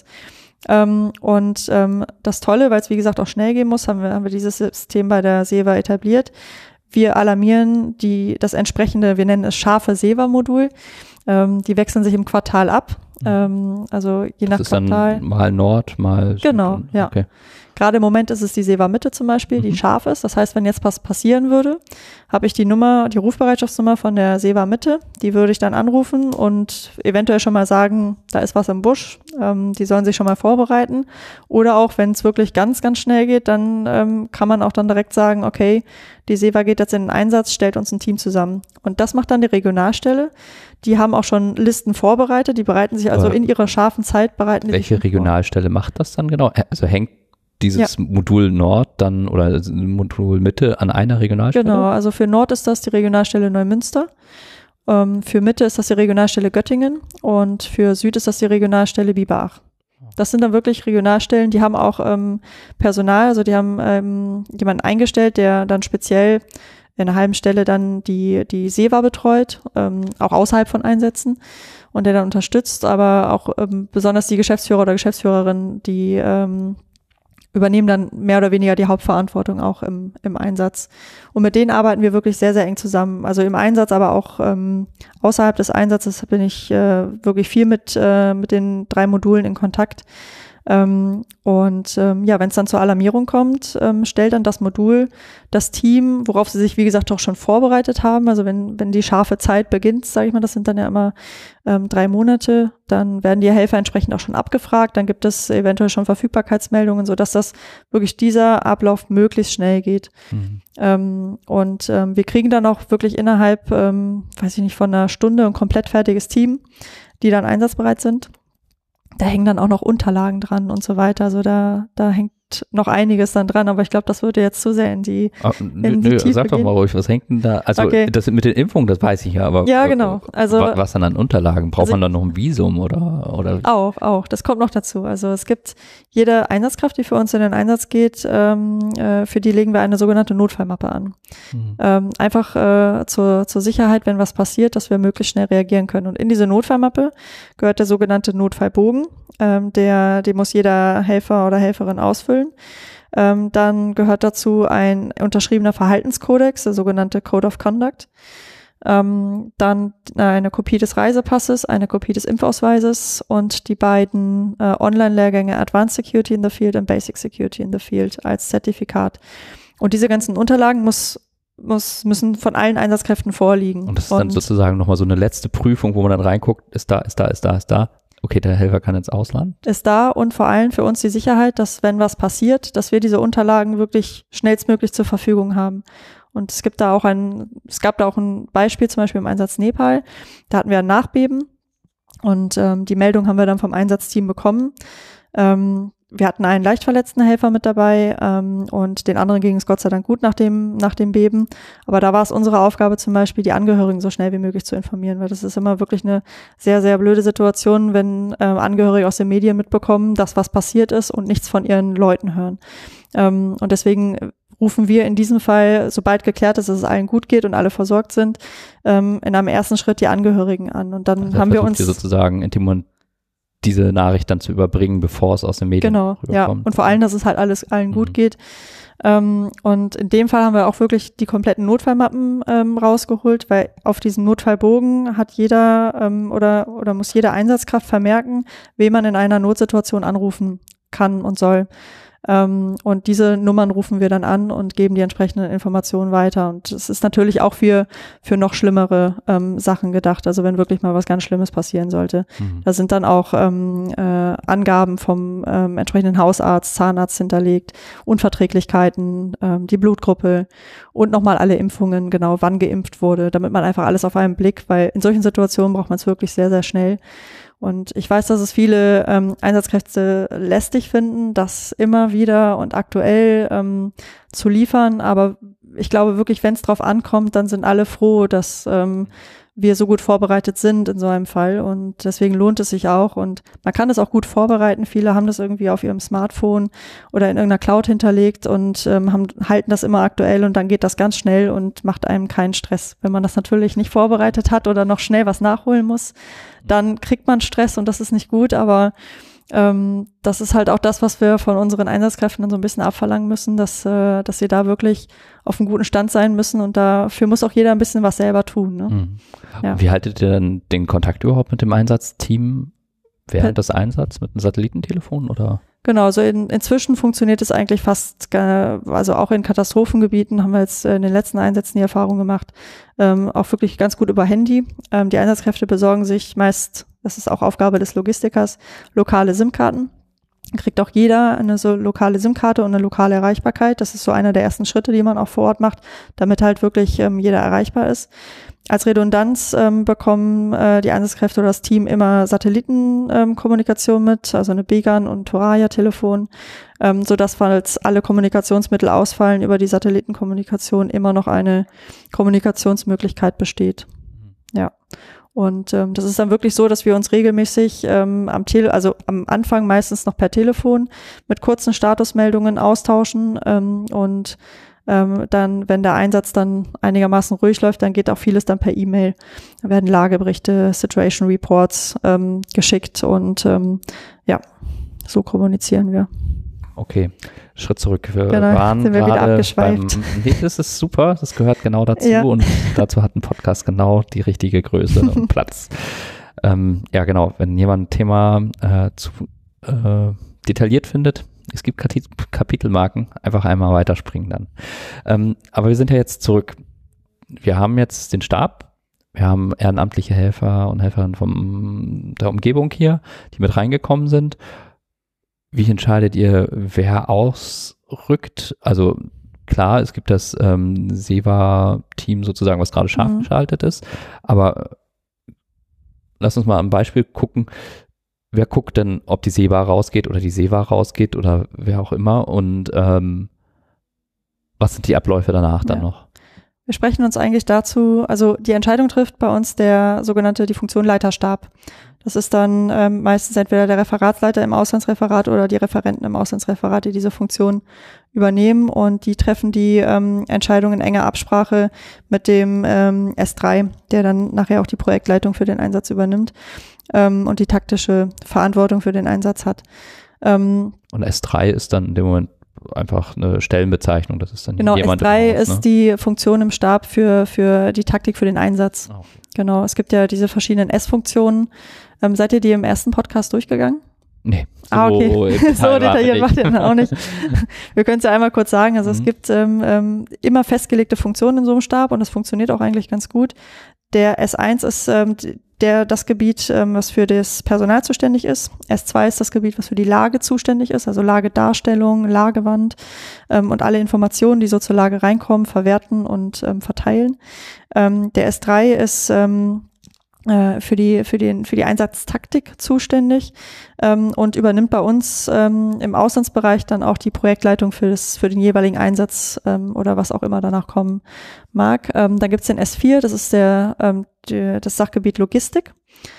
Das Tolle, weil es wie gesagt auch schnell gehen muss, haben wir dieses System bei der SEWA etabliert. Wir alarmieren das entsprechende, wir nennen es scharfe SEWA-Modul. Die wechseln sich im Quartal ab. Also je nach das ist Quartal. Dann mal Nord, mal Süd. Genau, ja. Okay. Gerade im Moment ist es die SEWA Mitte zum Beispiel, die scharf ist. Das heißt, wenn jetzt was passieren würde, habe ich die Rufbereitschaftsnummer von der SEWA Mitte. Die würde ich dann anrufen und eventuell schon mal sagen, da ist was im Busch. Die sollen sich schon mal vorbereiten. Oder auch, wenn es wirklich ganz, ganz schnell geht, dann kann man auch dann direkt sagen, okay, die SEWA geht jetzt in den Einsatz, stellt uns ein Team zusammen. Und das macht dann die Regionalstelle. Die haben auch schon Listen vorbereitet. Die bereiten sich also in ihrer scharfen Zeit Welche Regionalstelle macht das dann genau? Also hängt dieses Modul Nord dann oder Modul Mitte an einer Regionalstelle? Genau, also für Nord ist das die Regionalstelle Neumünster, für Mitte ist das die Regionalstelle Göttingen und für Süd ist das die Regionalstelle Biberach. Das sind dann wirklich Regionalstellen, die haben auch Personal, also die haben jemanden eingestellt, der dann speziell in einer halben Stelle dann die SEWA betreut, auch außerhalb von Einsätzen und der dann unterstützt, aber auch besonders die Geschäftsführer oder Geschäftsführerin, die übernehmen dann mehr oder weniger die Hauptverantwortung auch im Einsatz. Und mit denen arbeiten wir wirklich sehr, sehr eng zusammen. Also im Einsatz, aber auch außerhalb des Einsatzes bin ich wirklich viel mit den 3 Modulen in Kontakt. Wenn es dann zur Alarmierung kommt, stellt dann das Modul das Team, worauf sie sich, wie gesagt, doch schon vorbereitet haben. Also wenn die scharfe Zeit beginnt, sage ich mal, das sind dann ja immer 3 Monate, dann werden die Helfer entsprechend auch schon abgefragt. Dann gibt es eventuell schon Verfügbarkeitsmeldungen, sodass das wirklich dieser Ablauf möglichst schnell geht. Wir kriegen dann auch wirklich innerhalb, von einer Stunde ein komplett fertiges Team, die dann einsatzbereit sind. Da hängen dann auch noch Unterlagen dran und so weiter. Also da hängt hängt noch einiges dann dran, aber ich glaube, das würde jetzt zu sehr in die Tiefe sag doch mal ruhig, was hängt denn da? Also das mit den Impfungen, das weiß ich ja, aber ja, genau. Also, was dann an Unterlagen? Braucht man dann noch ein Visum oder? Auch. Das kommt noch dazu. Also es gibt jede Einsatzkraft, die für uns in den Einsatz geht, für die legen wir eine sogenannte Notfallmappe an. Einfach zur Sicherheit, wenn was passiert, dass wir möglichst schnell reagieren können. Und in diese Notfallmappe gehört der sogenannte Notfallbogen. Den muss jeder Helfer oder Helferin ausfüllen. Dann gehört dazu ein unterschriebener Verhaltenskodex, der sogenannte Code of Conduct. Dann eine Kopie des Reisepasses, eine Kopie des Impfausweises und die beiden Online-Lehrgänge Advanced Security in the Field und Basic Security in the Field als Zertifikat. Und diese ganzen Unterlagen müssen von allen Einsatzkräften vorliegen. Und das ist dann sozusagen nochmal so eine letzte Prüfung, wo man dann reinguckt, ist da. Okay, der Helfer kann ins Ausland. Ist da und vor allem für uns die Sicherheit, dass wenn was passiert, dass wir diese Unterlagen wirklich schnellstmöglich zur Verfügung haben. Und es gab da auch ein Beispiel, zum Beispiel im Einsatz Nepal. Da hatten wir ein Nachbeben und die Meldung haben wir dann vom Einsatzteam bekommen. Wir hatten einen leicht verletzten Helfer mit dabei und den anderen ging es Gott sei Dank gut nach dem Beben. Aber da war es unsere Aufgabe zum Beispiel, die Angehörigen so schnell wie möglich zu informieren, weil das ist immer wirklich eine sehr, sehr blöde Situation, wenn Angehörige aus den Medien mitbekommen, dass was passiert ist und nichts von ihren Leuten hören. Und deswegen rufen wir in diesem Fall, sobald geklärt ist, dass es allen gut geht und alle versorgt sind, in einem ersten Schritt die Angehörigen an. Und dann also haben wir uns sozusagen in dem Moment diese Nachricht dann zu überbringen, bevor es aus den Medien rüberkommt. Ja. Und vor allem, dass es halt allen gut geht. Und in dem Fall haben wir auch wirklich die kompletten Notfallmappen rausgeholt, weil auf diesem Notfallbogen hat jeder oder muss jede Einsatzkraft vermerken, wen man in einer Notsituation anrufen kann und soll. Und diese Nummern rufen wir dann an und geben die entsprechenden Informationen weiter. Und es ist natürlich auch für noch schlimmere Sachen gedacht, also wenn wirklich mal was ganz Schlimmes passieren sollte. Da sind dann auch Angaben vom entsprechenden Hausarzt, Zahnarzt hinterlegt, Unverträglichkeiten, die Blutgruppe und nochmal alle Impfungen, genau wann geimpft wurde, damit man einfach alles auf einen Blick, weil in solchen Situationen braucht man es wirklich sehr, sehr schnell. Und ich weiß, dass es viele Einsatzkräfte lästig finden, das immer wieder und aktuell zu liefern. Aber ich glaube wirklich, wenn es drauf ankommt, dann sind alle froh, dass wir so gut vorbereitet sind in so einem Fall. Und deswegen lohnt es sich auch. Und man kann es auch gut vorbereiten. Viele haben das irgendwie auf ihrem Smartphone oder in irgendeiner Cloud hinterlegt und halten das immer aktuell. Und dann geht das ganz schnell und macht einem keinen Stress. Wenn man das natürlich nicht vorbereitet hat oder noch schnell was nachholen muss, dann kriegt man Stress und das ist nicht gut. Aber das ist halt auch das, was wir von unseren Einsatzkräften dann so ein bisschen abverlangen müssen, dass sie da wirklich auf einem guten Stand sein müssen und dafür muss auch jeder ein bisschen was selber tun. Ne? Ja. Wie haltet ihr denn den Kontakt überhaupt mit dem Einsatzteam während des Einsatzes mit einem Satellitentelefon oder? Genau, so inzwischen funktioniert es eigentlich fast, also auch in Katastrophengebieten haben wir jetzt in den letzten Einsätzen die Erfahrung gemacht, auch wirklich ganz gut über Handy. Die Einsatzkräfte besorgen sich meist, das ist auch Aufgabe des Logistikers, lokale SIM-Karten. Kriegt auch jeder eine so lokale SIM-Karte und eine lokale Erreichbarkeit. Das ist so einer der ersten Schritte, die man auch vor Ort macht, damit halt wirklich jeder erreichbar ist. Als Redundanz bekommen die Einsatzkräfte oder das Team immer Satellitenkommunikation mit, also eine Beacon- und Thuraya-Telefon, sodass, falls alle Kommunikationsmittel ausfallen, über die Satellitenkommunikation immer noch eine Kommunikationsmöglichkeit besteht. Ja. Und das ist dann wirklich so, dass wir uns regelmäßig am Anfang meistens noch per Telefon mit kurzen Statusmeldungen austauschen und dann, wenn der Einsatz dann einigermaßen ruhig läuft, dann geht auch vieles dann per E-Mail. Da werden Lageberichte, Situation Reports geschickt und so kommunizieren wir. Okay, Schritt zurück. Wir waren sind wir wieder abgeschweift. Das ist super, das gehört genau dazu und dazu hat ein Podcast genau die richtige Größe und Platz. Genau, wenn jemand ein Thema zu detailliert findet, es gibt Kapitelmarken, einfach einmal weiterspringen dann. Aber wir sind ja jetzt zurück. Wir haben jetzt den Stab, wir haben ehrenamtliche Helfer und Helferinnen der Umgebung hier, die mit reingekommen sind. Wie entscheidet ihr, wer ausrückt? Also klar, es gibt das SEVA-Team sozusagen, was gerade scharf geschaltet ist, aber lass uns mal am Beispiel gucken, wer guckt denn, ob die SEWA rausgeht oder die SEWA rausgeht oder wer auch immer und was sind die Abläufe danach dann noch? Wir sprechen uns eigentlich dazu, also die Entscheidung trifft bei uns die Funktion Leiterstab. Das ist dann meistens entweder der Referatsleiter im Auslandsreferat oder die Referenten im Auslandsreferat, die diese Funktion übernehmen, und die treffen die Entscheidung in enger Absprache mit dem S3, der dann nachher auch die Projektleitung für den Einsatz übernimmt und die taktische Verantwortung für den Einsatz hat. Und S3 ist dann in dem Moment einfach eine Stellenbezeichnung, das ist dann genau, jemand S3 im Haus, ist die Funktion im Stab für die Taktik für den Einsatz. Okay. Genau, es gibt ja diese verschiedenen S-Funktionen. Seid ihr die im ersten Podcast durchgegangen? Nee. Okay, so detailliert macht ihr dann auch nicht. Wir können es ja einmal kurz sagen, also es gibt immer festgelegte Funktionen in so einem Stab und das funktioniert auch eigentlich ganz gut. Der S1 ist das Gebiet, was für das Personal zuständig ist. S2 ist das Gebiet, was für die Lage zuständig ist, also Lagedarstellung, Lagewand und alle Informationen, die so zur Lage reinkommen, verwerten und verteilen. Der S3 ist für die Einsatztaktik zuständig und übernimmt bei uns im Auslandsbereich dann auch die Projektleitung für den jeweiligen Einsatz oder was auch immer danach kommen mag. Dann gibt's den S4, das ist das Sachgebiet Logistik.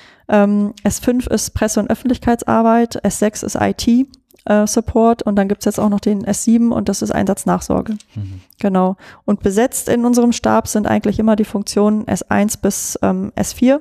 S5 ist Presse- und Öffentlichkeitsarbeit, S6 ist IT. Support, und dann gibt's jetzt auch noch den S7 und das ist Einsatznachsorge. Genau. Und besetzt in unserem Stab sind eigentlich immer die Funktionen S1 bis S4.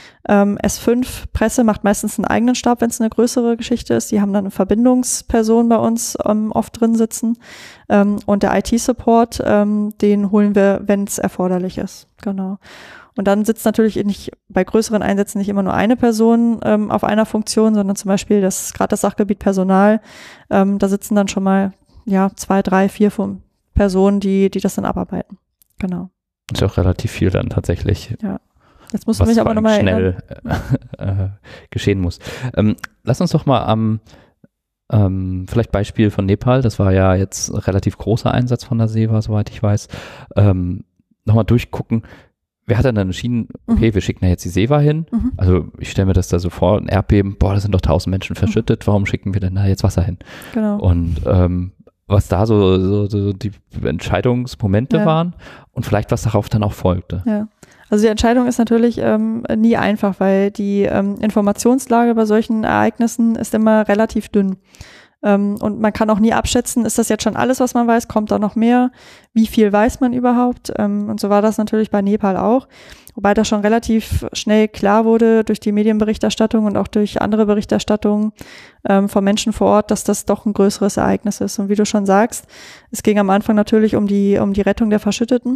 S5 Presse macht meistens einen eigenen Stab, wenn es eine größere Geschichte ist. Die haben dann eine Verbindungsperson bei uns oft drin sitzen. Und der IT-Support, den holen wir, wenn es erforderlich ist. Genau. Und dann sitzt natürlich bei größeren Einsätzen nicht immer nur eine Person auf einer Funktion, sondern zum Beispiel gerade das Sachgebiet Personal, da sitzen dann schon mal 2, 3, 4 Personen, die das dann abarbeiten. Genau. Das ist auch relativ viel dann tatsächlich. Ja. Jetzt musst du mich aber nochmal schnell geschehen muss. Lass uns doch mal am vielleicht Beispiel von Nepal, das war ja jetzt ein relativ großer Einsatz von der SEWA, soweit ich weiß, nochmal durchgucken. Wer hat denn dann entschieden, okay, wir schicken da jetzt die SEWA hin? Also ich stelle mir das da so vor, ein Erdbeben, da sind doch 1000 Menschen verschüttet, warum schicken wir denn da jetzt Wasser hin? Genau. Und was da so die Entscheidungsmomente waren und vielleicht was darauf dann auch folgte. Ja. Also die Entscheidung ist natürlich nie einfach, weil die Informationslage bei solchen Ereignissen ist immer relativ dünn. Und man kann auch nie abschätzen, ist das jetzt schon alles, was man weiß, kommt da noch mehr, wie viel weiß man überhaupt? Und so war das natürlich bei Nepal auch, wobei das schon relativ schnell klar wurde durch die Medienberichterstattung und auch durch andere Berichterstattungen von Menschen vor Ort, dass das doch ein größeres Ereignis ist. Und wie du schon sagst, es ging am Anfang natürlich um die Rettung der Verschütteten.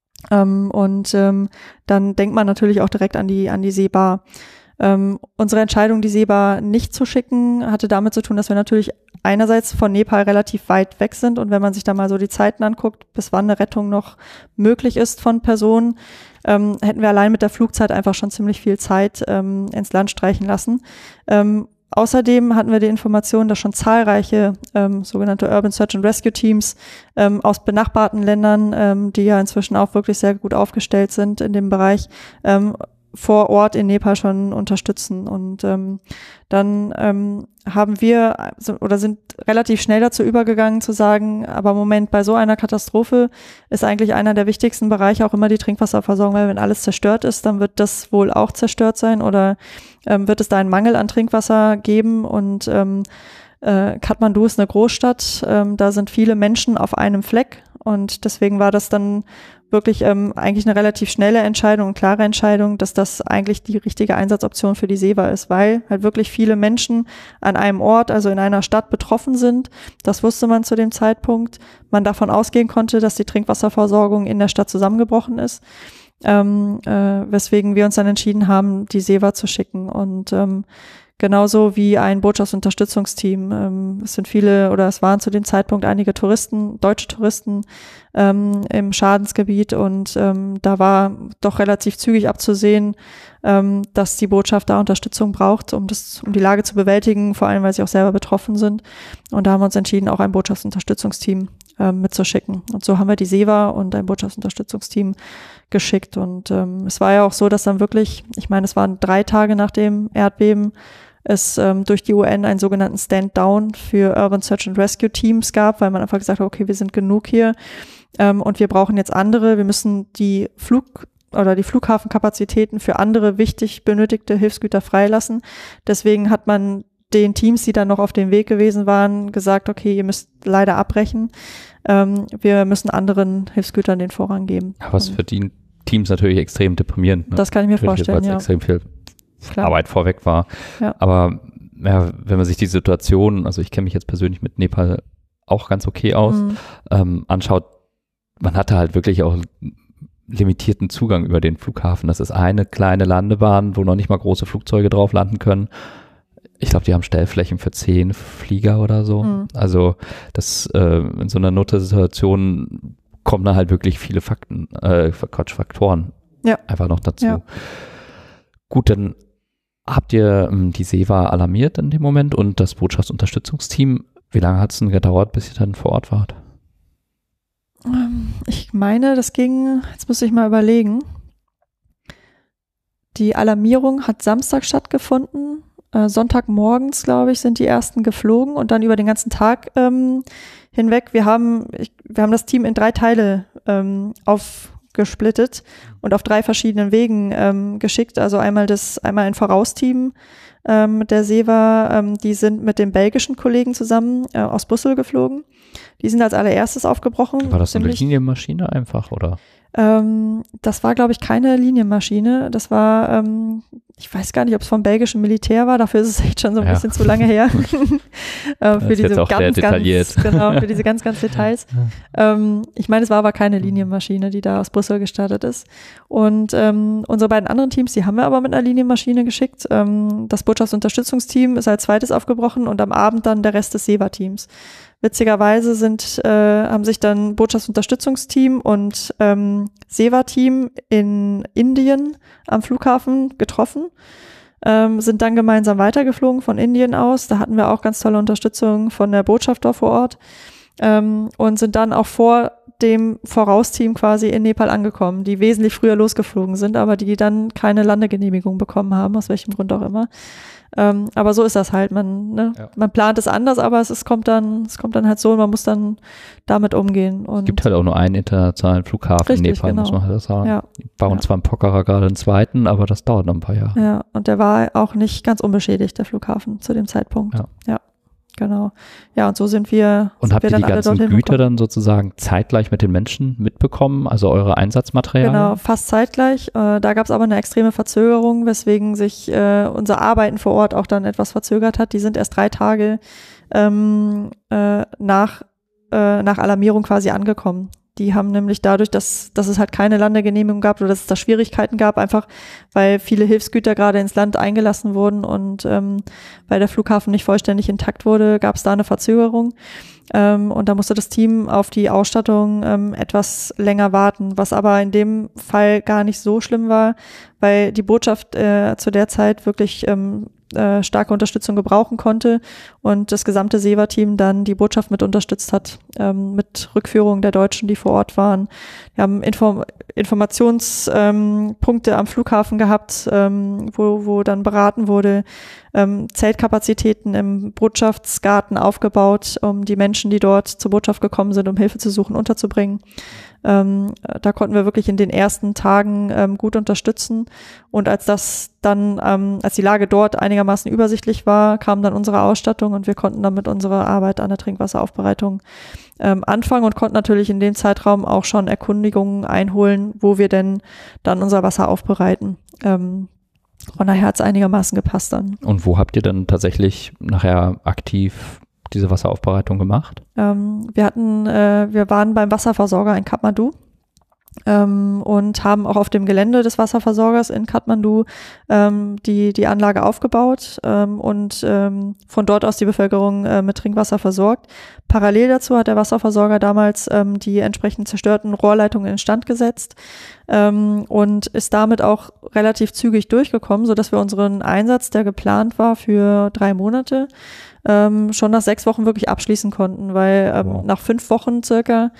Und dann denkt man natürlich auch direkt an die SEBA. Unsere Entscheidung, die SEBA nicht zu schicken, hatte damit zu tun, dass wir natürlich einerseits von Nepal relativ weit weg sind und wenn man sich da mal so die Zeiten anguckt, bis wann eine Rettung noch möglich ist von Personen, hätten wir allein mit der Flugzeit einfach schon ziemlich viel Zeit ins Land streichen lassen. Außerdem hatten wir die Information, dass schon zahlreiche sogenannte Urban Search and Rescue Teams aus benachbarten Ländern, die ja inzwischen auch wirklich sehr gut aufgestellt sind in dem Bereich, vor Ort in Nepal schon unterstützen. Und dann haben wir sind relativ schnell dazu übergegangen zu sagen, aber Moment, bei so einer Katastrophe ist eigentlich einer der wichtigsten Bereiche auch immer die Trinkwasserversorgung, weil wenn alles zerstört ist, dann wird das wohl auch zerstört sein oder wird es da einen Mangel an Trinkwasser geben. Und Kathmandu ist eine Großstadt, da sind viele Menschen auf einem Fleck und deswegen war das dann wirklich eigentlich eine relativ schnelle Entscheidung, eine klare Entscheidung, dass das eigentlich die richtige Einsatzoption für die SEWA ist, weil halt wirklich viele Menschen an einem Ort, also in einer Stadt betroffen sind. Das wusste man zu dem Zeitpunkt. Man davon ausgehen konnte, dass die Trinkwasserversorgung in der Stadt zusammengebrochen ist, weswegen wir uns dann entschieden haben, die SEWA zu schicken. Und genauso wie ein Botschaftsunterstützungsteam. Es waren zu dem Zeitpunkt einige deutsche Touristen im Schadensgebiet und da war doch relativ zügig abzusehen, dass die Botschaft da Unterstützung braucht, um die Lage zu bewältigen, vor allem weil sie auch selber betroffen sind. Und da haben wir uns entschieden, auch ein Botschaftsunterstützungsteam mitzuschicken. Und so haben wir die SEWA und ein Botschaftsunterstützungsteam geschickt. Und es war ja auch so, dass dann wirklich, ich meine, es waren 3 Tage nach dem Erdbeben, es durch die UN einen sogenannten Stand-Down für Urban Search and Rescue Teams gab, weil man einfach gesagt hat, okay, wir sind genug hier und wir brauchen jetzt andere. Wir müssen die Flughafenkapazitäten für andere wichtig benötigte Hilfsgüter freilassen. Deswegen hat man den Teams, die dann noch auf dem Weg gewesen waren, gesagt, okay, ihr müsst leider abbrechen. Wir müssen anderen Hilfsgütern den Vorrang geben. Was für die Teams natürlich extrem deprimierend. Ne? Das kann ich mir vorstellen, weil es extrem viel Arbeit vorweg war. Ja. Aber ja, wenn man sich die Situation, also ich kenne mich jetzt persönlich mit Nepal auch ganz okay aus, anschaut, man hatte halt wirklich auch limitierten Zugang über den Flughafen. Das ist eine kleine Landebahn, wo noch nicht mal große Flugzeuge drauf landen können. Ich glaube, die haben Stellflächen für 10 Flieger oder so. Also das in so einer Notsituation kommen da halt wirklich viele Faktoren einfach noch dazu. Ja. Gut, dann habt ihr die SEWA alarmiert in dem Moment und das Botschaftsunterstützungsteam. Wie lange hat es denn gedauert, bis ihr dann vor Ort wart? Ich meine, das ging, jetzt muss ich mal überlegen. Die Alarmierung hat Samstag stattgefunden. Sonntagmorgens, glaube ich, sind die ersten geflogen und dann über den ganzen Tag hinweg. Wir haben das Team in 3 Teile aufgesplittet und auf 3 verschiedenen Wegen geschickt. Also einmal ein Vorausteam der SEWA, die sind mit den belgischen Kollegen zusammen aus Brüssel geflogen. Die sind als allererstes aufgebrochen. War das so eine Linienmaschine einfach, oder? Das war, glaube ich, keine Linienmaschine. Das war, ich weiß gar nicht, ob es vom belgischen Militär war. Dafür ist es echt schon so ein bisschen zu lange her. Für diese ganz Details. Ich meine, es war aber keine Linienmaschine, die da aus Brüssel gestartet ist. Und unsere beiden anderen Teams, die haben wir aber mit einer Linienmaschine geschickt. Das Botschaftsunterstützungsteam ist als zweites aufgebrochen und am Abend dann der Rest des SEWA-Teams. Witzigerweise haben sich dann Botschaftsunterstützungsteam und SEWA-Team in Indien am Flughafen getroffen, sind dann gemeinsam weitergeflogen von Indien aus. Da hatten wir auch ganz tolle Unterstützung von der Botschaft dort vor Ort und sind dann auch vor dem Vorausteam quasi in Nepal angekommen, die wesentlich früher losgeflogen sind, aber die dann keine Landegenehmigung bekommen haben, aus welchem Grund auch immer. Aber so ist das halt. Man plant es anders, aber es kommt dann halt so und man muss dann damit umgehen. Und es gibt halt auch nur einen internationalen Flughafen in Nepal, muss man halt sagen. Ja. Die bauen zwar in Pokhara gerade einen zweiten, aber das dauert noch ein paar Jahre. Ja, und der war auch nicht ganz unbeschädigt, der Flughafen, zu dem Zeitpunkt. Ja. Genau. Ja, und so sind wir. Und habt ihr die ganzen Güter dann sozusagen zeitgleich mit den Menschen mitbekommen, also eure Einsatzmaterialien? Genau, fast zeitglich. Da gab es aber eine extreme Verzögerung, weswegen sich unser Arbeiten vor Ort auch dann etwas verzögert hat. Die sind erst 3 Tage nach Alarmierung quasi angekommen. Die haben nämlich dadurch, dass es halt keine Landegenehmigung gab oder dass es da Schwierigkeiten gab, einfach weil viele Hilfsgüter gerade ins Land eingelassen wurden und weil der Flughafen nicht vollständig intakt wurde, gab es da eine Verzögerung. Und da musste das Team auf die Ausstattung etwas länger warten, was aber in dem Fall gar nicht so schlimm war, weil die Botschaft zu der Zeit wirklich starke Unterstützung gebrauchen konnte und das gesamte SEWA-Team dann die Botschaft mit unterstützt hat, mit Rückführung der Deutschen, die vor Ort waren. Wir haben Informationspunkte am Flughafen gehabt, wo dann beraten wurde, Zeltkapazitäten im Botschaftsgarten aufgebaut, um die Menschen, die dort zur Botschaft gekommen sind, um Hilfe zu suchen, unterzubringen. Da konnten wir wirklich in den ersten Tagen gut unterstützen und als die Lage dort einigermaßen übersichtlich war, kam dann unsere Ausstattung und wir konnten dann mit unserer Arbeit an der Trinkwasseraufbereitung anfangen und konnten natürlich in dem Zeitraum auch schon Erkundigungen einholen, wo wir denn dann unser Wasser aufbereiten. Von daher hat es einigermaßen gepasst dann. Und wo habt ihr dann tatsächlich nachher aktiv diese Wasseraufbereitung gemacht? Wir waren beim Wasserversorger in Kathmandu und haben auch auf dem Gelände des Wasserversorgers in Kathmandu die Anlage aufgebaut und von dort aus die Bevölkerung mit Trinkwasser versorgt. Parallel dazu hat der Wasserversorger damals die entsprechend zerstörten Rohrleitungen instand gesetzt und ist damit auch relativ zügig durchgekommen, sodass wir unseren Einsatz, der geplant war für 3 Monate, schon nach 6 Wochen wirklich abschließen konnten, weil nach 5 Wochen circa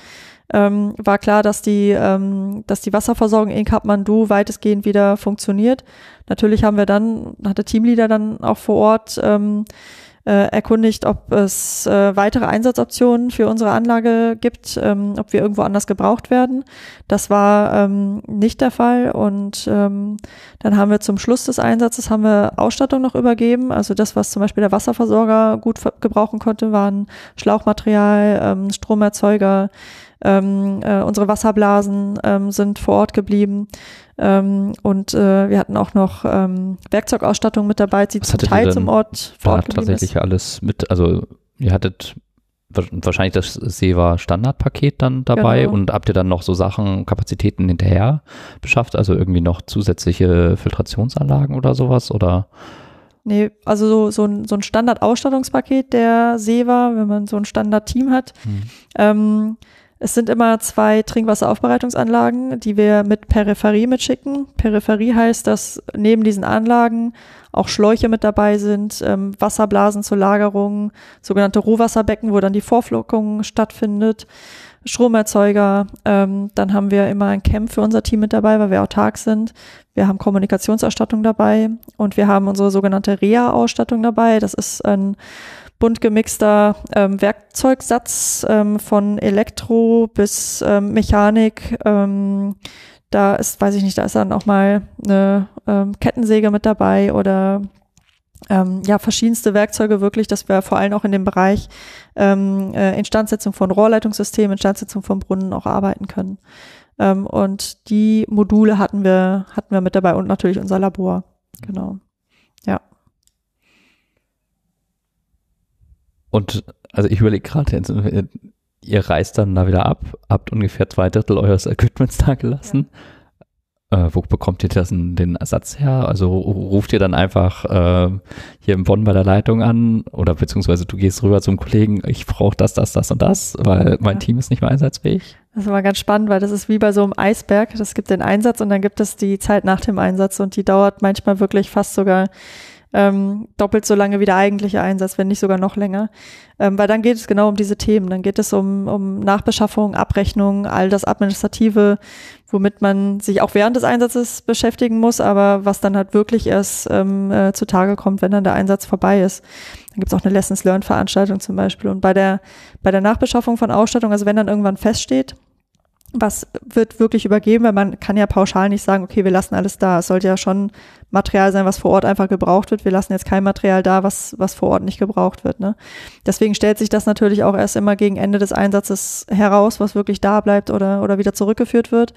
war klar, dass die Wasserversorgung in Kathmandu weitestgehend wieder funktioniert. Natürlich hat der Teamleader dann auch vor Ort erkundigt, ob es weitere Einsatzoptionen für unsere Anlage gibt, ob wir irgendwo anders gebraucht werden. Das war nicht der Fall und dann haben wir zum Schluss des Einsatzes Ausstattung noch übergeben. Also das, was zum Beispiel der Wasserversorger gut gebrauchen konnte, waren Schlauchmaterial, Stromerzeuger, unsere Wasserblasen sind vor Ort geblieben. Und wir hatten auch noch Werkzeugausstattung mit dabei, die zum Teil zum Ort vor Ort geblieben tatsächlich ist. alles mit, also ihr hattet wahrscheinlich das SEWA Standardpaket dann dabei, Genau. und habt ihr dann noch so Sachen, Kapazitäten hinterher beschafft, also irgendwie noch zusätzliche Filtrationsanlagen oder sowas, oder? Nee, also so ein Standard-Ausstattungspaket der SEWA, wenn man so ein Standard-Team hat. Es sind immer 2 Trinkwasseraufbereitungsanlagen, die wir mit Peripherie mitschicken. Peripherie heißt, dass neben diesen Anlagen auch Schläuche mit dabei sind, Wasserblasen zur Lagerung, sogenannte Rohwasserbecken, wo dann die Vorflockung stattfindet, Stromerzeuger. Dann haben wir immer ein Camp für unser Team mit dabei, weil wir autark sind. Wir haben Kommunikationsausstattung dabei und wir haben unsere sogenannte REA-Ausstattung dabei. Das ist ein bunt gemixter Werkzeugsatz von Elektro bis Mechanik. Da ist dann auch mal eine Kettensäge mit dabei oder verschiedenste Werkzeuge wirklich, dass wir vor allem auch in dem Bereich Instandsetzung von Rohrleitungssystemen, Instandsetzung von Brunnen auch arbeiten können. Und die Module hatten wir mit dabei und natürlich unser Labor. Genau. Ja. Und also ich überlege gerade, ihr reist dann da wieder ab, habt ungefähr 2/3 eures Equipments da gelassen. Ja. Wo bekommt ihr den Ersatz her? Also ruft ihr dann einfach hier in Bonn bei der Leitung an oder beziehungsweise du gehst rüber zum Kollegen, ich brauche das und das, weil mein Team ist nicht mehr einsatzfähig? Das ist immer ganz spannend, weil das ist wie bei so einem Eisberg. Das gibt den Einsatz und dann gibt es die Zeit nach dem Einsatz und die dauert manchmal wirklich fast sogar doppelt so lange wie der eigentliche Einsatz, wenn nicht sogar noch länger. Weil dann geht es genau um diese Themen. Dann geht es um Nachbeschaffung, Abrechnung, all das Administrative, womit man sich auch während des Einsatzes beschäftigen muss, aber was dann halt wirklich erst zutage kommt, wenn dann der Einsatz vorbei ist. Dann gibt es auch eine Lessons-Learned-Veranstaltung zum Beispiel. Und bei der Nachbeschaffung von Ausstattung, also wenn dann irgendwann feststeht, was wird wirklich übergeben, weil man kann ja pauschal nicht sagen, okay, wir lassen alles da. Es sollte ja schon Material sein, was vor Ort einfach gebraucht wird. Wir lassen jetzt kein Material da, was vor Ort nicht gebraucht wird. Ne? Deswegen stellt sich das natürlich auch erst immer gegen Ende des Einsatzes heraus, was wirklich da bleibt oder wieder zurückgeführt wird.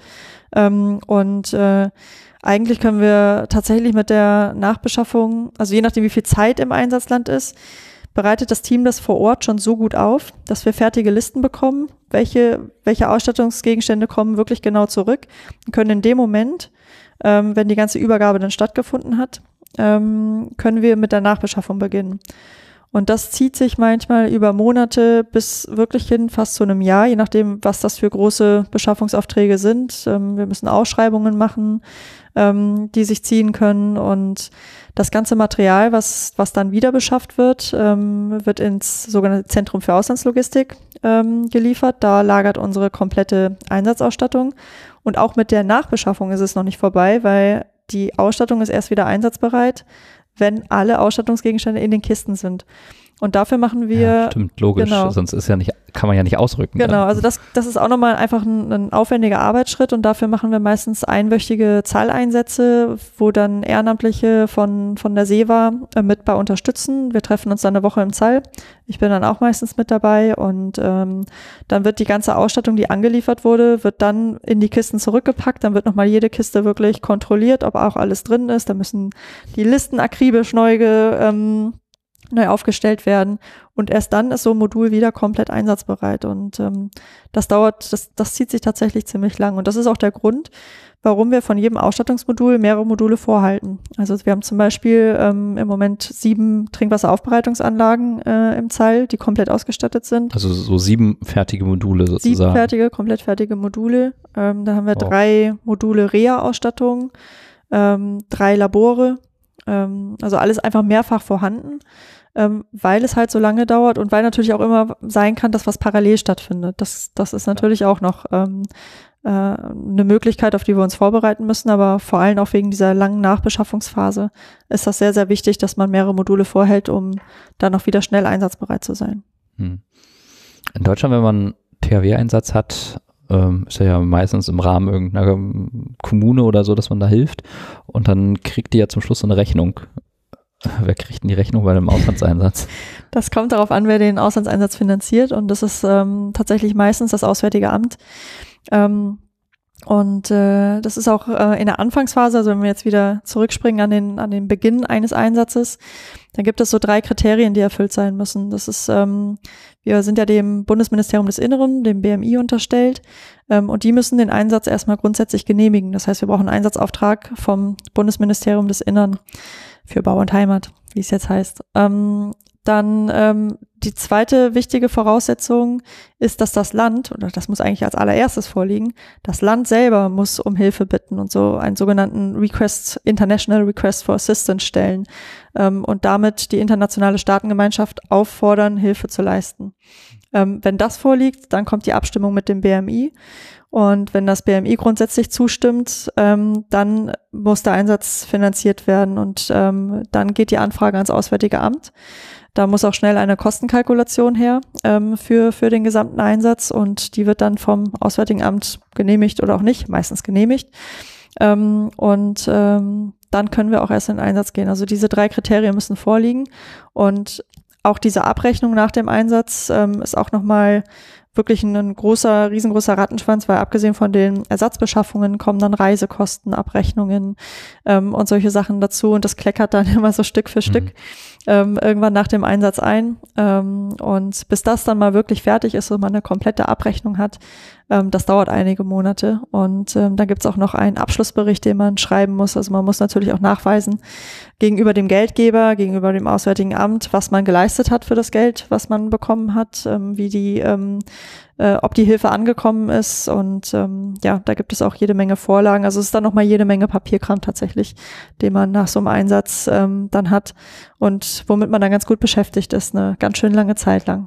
Eigentlich können wir tatsächlich mit der Nachbeschaffung, also je nachdem, wie viel Zeit im Einsatzland ist, bereitet das Team das vor Ort schon so gut auf, dass wir fertige Listen bekommen, welche Ausstattungsgegenstände kommen wirklich genau zurück und können in dem Moment, wenn die ganze Übergabe dann stattgefunden hat, können wir mit der Nachbeschaffung beginnen. Und das zieht sich manchmal über Monate bis wirklich hin fast zu einem Jahr, je nachdem, was das für große Beschaffungsaufträge sind. Wir müssen Ausschreibungen machen, die sich ziehen können, und das ganze Material, was dann wieder beschafft wird, wird ins sogenannte Zentrum für Auslandslogistik geliefert. Da lagert unsere komplette Einsatzausstattung, und auch mit der Nachbeschaffung ist es noch nicht vorbei, weil die Ausstattung ist erst wieder einsatzbereit, wenn alle Ausstattungsgegenstände in den Kisten sind. Und dafür machen wir... Ja, stimmt, logisch, genau. Sonst kann man ja nicht ausrücken. Genau, dann. also das ist auch nochmal einfach ein aufwendiger Arbeitsschritt, und dafür machen wir meistens einwöchige Zahleinsätze, wo dann Ehrenamtliche von der SEWA mit bei unterstützen. Wir treffen uns dann eine Woche im Zall. Ich bin dann auch meistens mit dabei, und dann wird die ganze Ausstattung, die angeliefert wurde, wird dann in die Kisten zurückgepackt. Dann wird nochmal jede Kiste wirklich kontrolliert, ob auch alles drin ist. Da müssen die Listen akribisch neu aufgestellt werden, und erst dann ist so ein Modul wieder komplett einsatzbereit, und das zieht sich tatsächlich ziemlich lang, und das ist auch der Grund, warum wir von jedem Ausstattungsmodul mehrere Module vorhalten. Also wir haben zum Beispiel im Moment 7 Trinkwasseraufbereitungsanlagen im Zall, die komplett ausgestattet sind. Also so 7 fertige Module sozusagen. 7 komplett fertige Module. Da haben wir 3 Module REA-Ausstattung, 3 Labore, also alles einfach mehrfach vorhanden. weil es halt so lange dauert und weil natürlich auch immer sein kann, dass was parallel stattfindet. Das ist natürlich auch noch eine Möglichkeit, auf die wir uns vorbereiten müssen, aber vor allem auch wegen dieser langen Nachbeschaffungsphase ist das sehr, sehr wichtig, dass man mehrere Module vorhält, um dann auch wieder schnell einsatzbereit zu sein. In Deutschland, wenn man THW-Einsatz hat, ist ja meistens im Rahmen irgendeiner Kommune oder so, dass man da hilft und dann kriegt die ja zum Schluss so eine Rechnung. Wer kriegt denn die Rechnung bei dem Auslandseinsatz? Das kommt darauf an, wer den Auslandseinsatz finanziert und das ist tatsächlich meistens das Auswärtige Amt. Das ist auch in der Anfangsphase, also wenn wir jetzt wieder zurückspringen an den Beginn eines Einsatzes, dann gibt es so 3 Kriterien, die erfüllt sein müssen. Das ist, wir sind ja dem Bundesministerium des Inneren, dem BMI unterstellt, und die müssen den Einsatz erstmal grundsätzlich genehmigen. Das heißt, wir brauchen einen Einsatzauftrag vom Bundesministerium des Inneren für Bau und Heimat, wie es jetzt heißt. Dann die zweite wichtige Voraussetzung ist, dass das Land, oder das muss eigentlich als allererstes vorliegen, das Land selber muss um Hilfe bitten und so einen sogenannten International Request for Assistance stellen und damit die internationale Staatengemeinschaft auffordern, Hilfe zu leisten. Wenn das vorliegt, dann kommt die Abstimmung mit dem BMI. Und wenn das BMI grundsätzlich zustimmt, dann muss der Einsatz finanziert werden und dann geht die Anfrage ans Auswärtige Amt. Da muss auch schnell eine Kostenkalkulation her für den gesamten Einsatz und die wird dann vom Auswärtigen Amt genehmigt oder auch nicht, meistens genehmigt. Dann können wir auch erst in den Einsatz gehen. Also diese 3 Kriterien müssen vorliegen und auch diese Abrechnung nach dem Einsatz ist auch nochmal wirklich ein riesengroßer Rattenschwanz, weil abgesehen von den Ersatzbeschaffungen kommen dann Reisekosten, Abrechnungen und solche Sachen dazu und das kleckert dann immer so Stück für Stück irgendwann nach dem Einsatz ein und bis das dann mal wirklich fertig ist und man eine komplette Abrechnung hat, das dauert einige Monate und dann gibt's auch noch einen Abschlussbericht, den man schreiben muss. Also man muss natürlich auch nachweisen gegenüber dem Geldgeber, gegenüber dem Auswärtigen Amt, was man geleistet hat für das Geld, was man bekommen hat, ob die Hilfe angekommen ist und da gibt es auch jede Menge Vorlagen. Also es ist dann nochmal jede Menge Papierkram tatsächlich, den man nach so einem Einsatz dann hat und womit man dann ganz gut beschäftigt ist, eine ganz schön lange Zeit lang.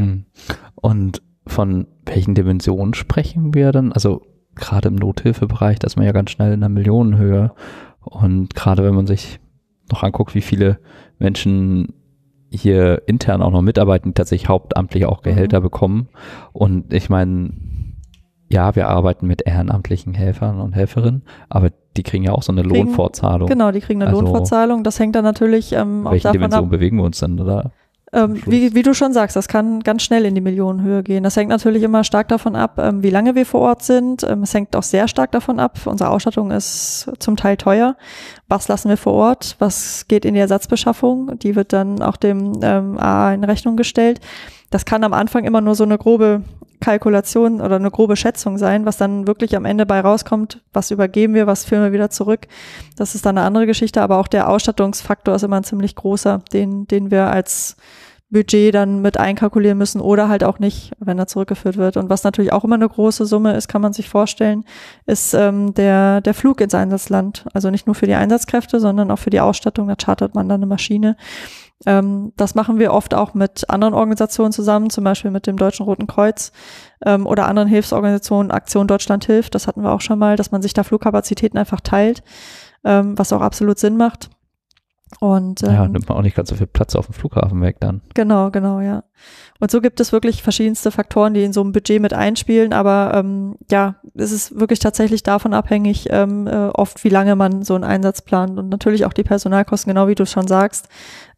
Und von welchen Dimensionen sprechen wir dann? Also gerade im Nothilfebereich, da ist man ja ganz schnell in der Millionenhöhe und gerade wenn man sich noch anguckt, wie viele Menschen hier intern auch noch mitarbeiten, die tatsächlich hauptamtlich auch Gehälter bekommen. Und ich meine, ja, wir arbeiten mit ehrenamtlichen Helfern und Helferinnen, aber die kriegen ja auch so eine Lohnfortzahlung. Genau, die kriegen eine Lohnfortzahlung. Das hängt dann natürlich auch davon ab. Welche Dimension bewegen wir uns denn, oder? Wie du schon sagst, das kann ganz schnell in die Millionenhöhe gehen. Das hängt natürlich immer stark davon ab, wie lange wir vor Ort sind. Es hängt auch sehr stark davon ab. Unsere Ausstattung ist zum Teil teuer. Was lassen wir vor Ort? Was geht in die Ersatzbeschaffung? Die wird dann auch dem AA in Rechnung gestellt. Das kann am Anfang immer nur so eine grobe Kalkulation oder eine grobe Schätzung sein, was dann wirklich am Ende bei rauskommt, was übergeben wir, was führen wir wieder zurück. Das ist dann eine andere Geschichte, aber auch der Ausstattungsfaktor ist immer ein ziemlich großer, den wir als Budget dann mit einkalkulieren müssen oder halt auch nicht, wenn er zurückgeführt wird. Und was natürlich auch immer eine große Summe ist, kann man sich vorstellen, ist der Flug ins Einsatzland. Also nicht nur für die Einsatzkräfte, sondern auch für die Ausstattung. Da chartert man dann eine Maschine. Das machen wir oft auch mit anderen Organisationen zusammen, zum Beispiel mit dem Deutschen Roten Kreuz oder anderen Hilfsorganisationen. Aktion Deutschland hilft, das hatten wir auch schon mal, dass man sich da Flugkapazitäten einfach teilt, was auch absolut Sinn macht. Und nimmt man auch nicht ganz so viel Platz auf dem Flughafen weg dann. Genau, ja. Und so gibt es wirklich verschiedenste Faktoren, die in so einem Budget mit einspielen, aber es ist wirklich tatsächlich davon abhängig, oft wie lange man so einen Einsatz plant und natürlich auch die Personalkosten, genau wie du schon sagst.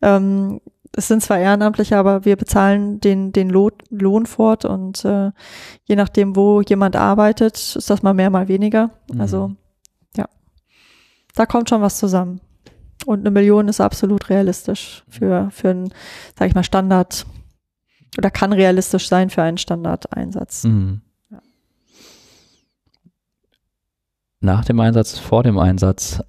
Es sind zwar Ehrenamtliche, aber wir bezahlen den Lohn fort und je nachdem, wo jemand arbeitet, ist das mal mehr, mal weniger. Also da kommt schon was zusammen. Und 1 Million ist absolut realistisch für einen, sag ich mal, Standard oder kann realistisch sein für einen Standardeinsatz. Ja. Nach dem Einsatz, vor dem Einsatz,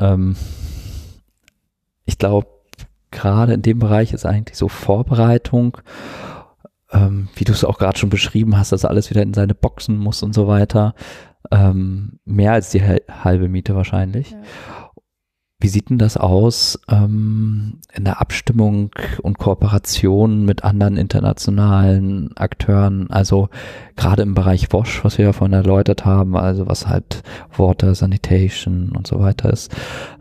ich glaube, gerade in dem Bereich ist eigentlich so Vorbereitung, wie du es auch gerade schon beschrieben hast, dass alles wieder in seine Boxen muss und so weiter, mehr als die halbe Miete wahrscheinlich. Ja. Wie sieht denn das aus in der Abstimmung und Kooperation mit anderen internationalen Akteuren? Also gerade im Bereich WASH, was wir ja vorhin erläutert haben, also was halt Water, Sanitation und so weiter ist.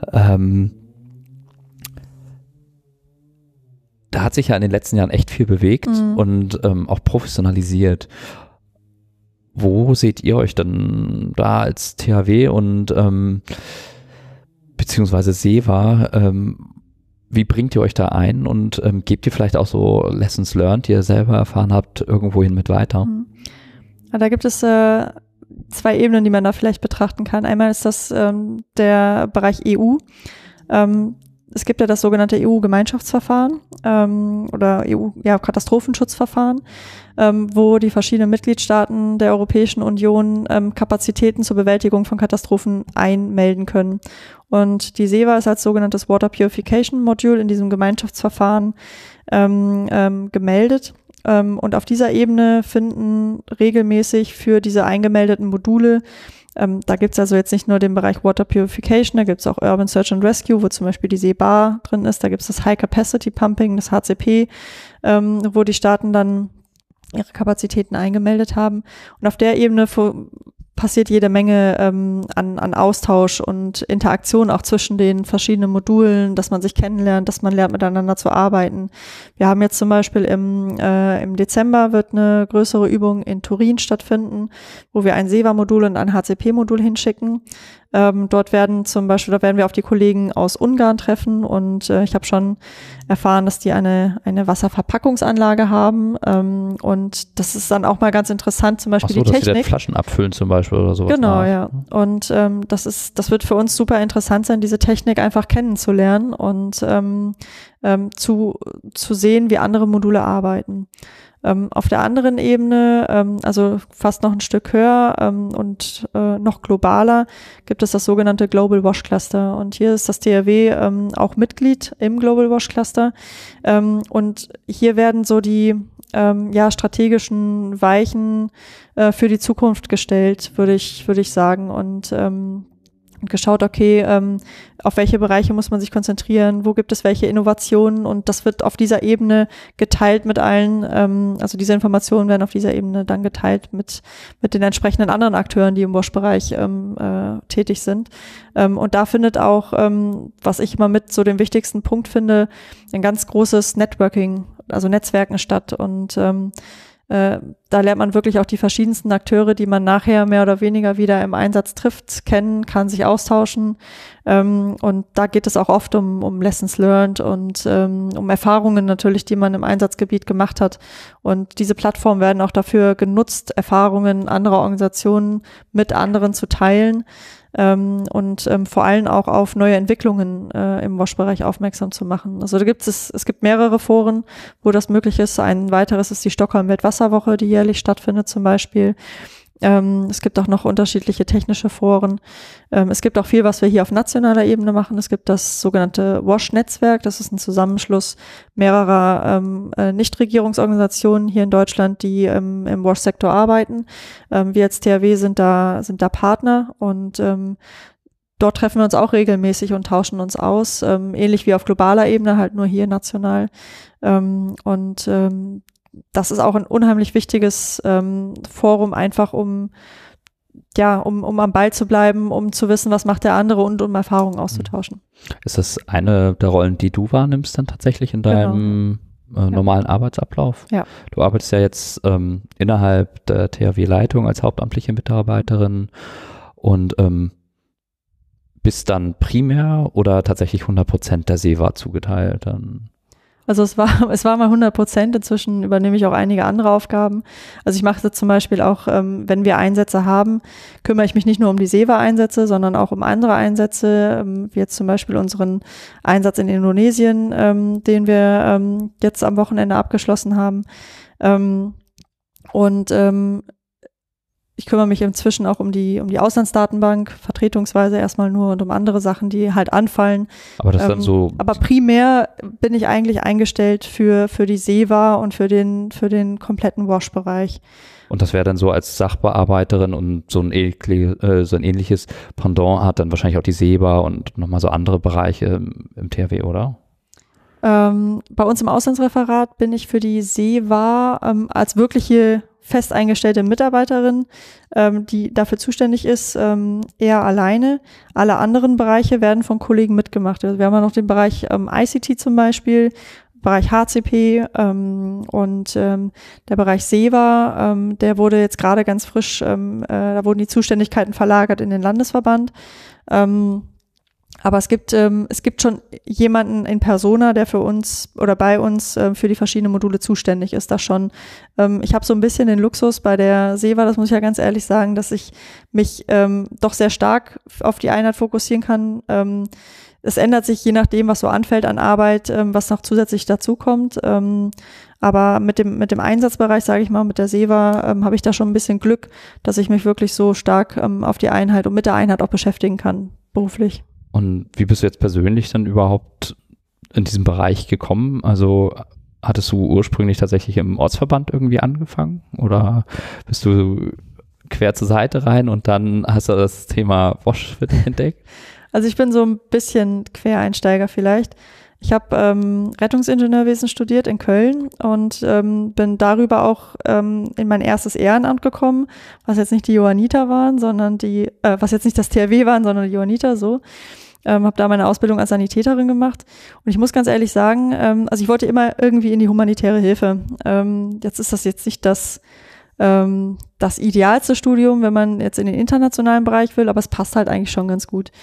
Da hat sich ja in den letzten Jahren echt viel bewegt und auch professionalisiert. Wo seht ihr euch denn da als THW und beziehungsweise SEWA, wie bringt ihr euch da ein und gebt ihr vielleicht auch so Lessons learned, die ihr selber erfahren habt, irgendwohin mit weiter? Ja, da gibt es 2 Ebenen, die man da vielleicht betrachten kann. Einmal ist das der Bereich EU. Es gibt ja das sogenannte EU-Gemeinschaftsverfahren oder EU-Katastrophenschutzverfahren, wo die verschiedenen Mitgliedstaaten der Europäischen Union Kapazitäten zur Bewältigung von Katastrophen einmelden können. Und die SEWA ist als sogenanntes Water Purification Module in diesem Gemeinschaftsverfahren gemeldet. Und auf dieser Ebene finden regelmäßig für diese eingemeldeten Module, da gibt es also jetzt nicht nur den Bereich Water Purification, da gibt es auch Urban Search and Rescue, wo zum Beispiel die SEBA drin ist, da gibt es das High Capacity Pumping, das HCP, wo die Staaten dann ihre Kapazitäten eingemeldet haben. Und auf der Ebene passiert jede Menge an Austausch und Interaktion auch zwischen den verschiedenen Modulen, dass man sich kennenlernt, dass man lernt, miteinander zu arbeiten. Wir haben jetzt zum Beispiel im Dezember wird eine größere Übung in Turin stattfinden, wo wir ein SEWA-Modul und ein HCP-Modul hinschicken. Dort werden wir auf die Kollegen aus Ungarn treffen und ich habe schon erfahren, dass die eine Wasserverpackungsanlage haben und das ist dann auch mal ganz interessant, zum Beispiel die Technik. Dass sie Flaschen abfüllen zum Beispiel oder sowas. Genau, ja. Und das wird für uns super interessant sein, diese Technik einfach kennenzulernen und zu sehen, wie andere Module arbeiten. Auf der anderen Ebene, also fast noch ein Stück höher und noch globaler, gibt es das sogenannte Global WASH Cluster. Und hier ist das THW auch Mitglied im Global WASH Cluster. Und hier werden so die strategischen Weichen für die Zukunft gestellt, würde ich sagen. Und geschaut, okay, auf welche Bereiche muss man sich konzentrieren, wo gibt es welche Innovationen und das wird auf dieser Ebene geteilt mit allen, also diese Informationen werden auf dieser Ebene dann geteilt mit den entsprechenden anderen Akteuren, die im WASH-Bereich tätig sind. Und da findet auch, was ich immer mit so den wichtigsten Punkt finde, ein ganz großes Networking, also Netzwerken statt und da lernt man wirklich auch die verschiedensten Akteure, die man nachher mehr oder weniger wieder im Einsatz trifft, kennen, kann sich austauschen. Und da geht es auch oft um Lessons learned und um Erfahrungen natürlich, die man im Einsatzgebiet gemacht hat. Und diese Plattformen werden auch dafür genutzt, Erfahrungen anderer Organisationen mit anderen zu teilen. Und vor allem auch auf neue Entwicklungen im WASH-Bereich aufmerksam zu machen. Also es gibt mehrere Foren, wo das möglich ist. Ein weiteres ist die Stockholm Weltwasserwoche, die jährlich stattfindet zum Beispiel. Es gibt auch noch unterschiedliche technische Foren. Es gibt auch viel, was wir hier auf nationaler Ebene machen. Es gibt das sogenannte WASH-Netzwerk. Das ist ein Zusammenschluss mehrerer Nichtregierungsorganisationen hier in Deutschland, die im WASH-Sektor arbeiten. Wir als THW sind da Partner und dort treffen wir uns auch regelmäßig und tauschen uns aus, ähnlich wie auf globaler Ebene, halt nur hier national. Das ist auch ein unheimlich wichtiges Forum, einfach um am Ball zu bleiben, um zu wissen, was macht der andere und um Erfahrungen auszutauschen. Ist das eine der Rollen, die du wahrnimmst dann tatsächlich in deinem normalen Arbeitsablauf? Ja. Du arbeitest ja jetzt innerhalb der THW-Leitung als hauptamtliche Mitarbeiterin und bist dann primär oder tatsächlich 100% der SEWA zugeteilt dann? Also es war mal 100%, inzwischen übernehme ich auch einige andere Aufgaben. Also ich mache jetzt zum Beispiel auch, wenn wir Einsätze haben, kümmere ich mich nicht nur um die SEWA-Einsätze, sondern auch um andere Einsätze, wie jetzt zum Beispiel unseren Einsatz in Indonesien, den wir jetzt am Wochenende abgeschlossen haben. ich kümmere mich inzwischen auch um die Auslandsdatenbank, vertretungsweise erstmal nur und um andere Sachen, die halt anfallen. Aber das dann so. Aber primär bin ich eigentlich eingestellt für die SEWA und für den kompletten WASH-Bereich. Und das wäre dann so als Sachbearbeiterin und so ein ähnliches Pendant hat dann wahrscheinlich auch die SEWA und nochmal so andere Bereiche im THW, oder? Bei uns im Auslandsreferat bin ich für die SEWA als wirkliche fest eingestellte Mitarbeiterin, die dafür zuständig ist, eher alleine. Alle anderen Bereiche werden von Kollegen mitgemacht. Also wir haben ja noch den Bereich ICT zum Beispiel, Bereich HCP und der Bereich SEWA, der wurde jetzt gerade ganz frisch, da wurden die Zuständigkeiten verlagert in den Landesverband. Aber es gibt schon jemanden in Persona, der für uns oder bei uns für die verschiedenen Module zuständig ist. Das schon. Ich habe so ein bisschen den Luxus bei der SEWA, das muss ich ja ganz ehrlich sagen, dass ich mich doch sehr stark auf die Einheit fokussieren kann. Es ändert sich je nachdem, was so anfällt an Arbeit, was noch zusätzlich dazukommt. Aber mit dem Einsatzbereich, sage ich mal, mit der SEWA habe ich da schon ein bisschen Glück, dass ich mich wirklich so stark auf die Einheit und mit der Einheit auch beschäftigen kann, beruflich. Und wie bist du jetzt persönlich dann überhaupt in diesem Bereich gekommen? Also hattest du ursprünglich tatsächlich im Ortsverband irgendwie angefangen oder bist du quer zur Seite rein und dann hast du das Thema WASH für dich entdeckt? Also ich bin so ein bisschen Quereinsteiger vielleicht. Ich habe Rettungsingenieurwesen studiert in Köln und bin darüber auch in mein erstes Ehrenamt gekommen, was jetzt nicht die Johanniter waren, sondern was jetzt nicht das THW waren, sondern die Johanniter so. Habe da meine Ausbildung als Sanitäterin gemacht und ich muss ganz ehrlich sagen, also ich wollte immer irgendwie in die humanitäre Hilfe. Jetzt ist das jetzt nicht das idealste Studium, wenn man jetzt in den internationalen Bereich will, aber es passt halt eigentlich schon ganz gut.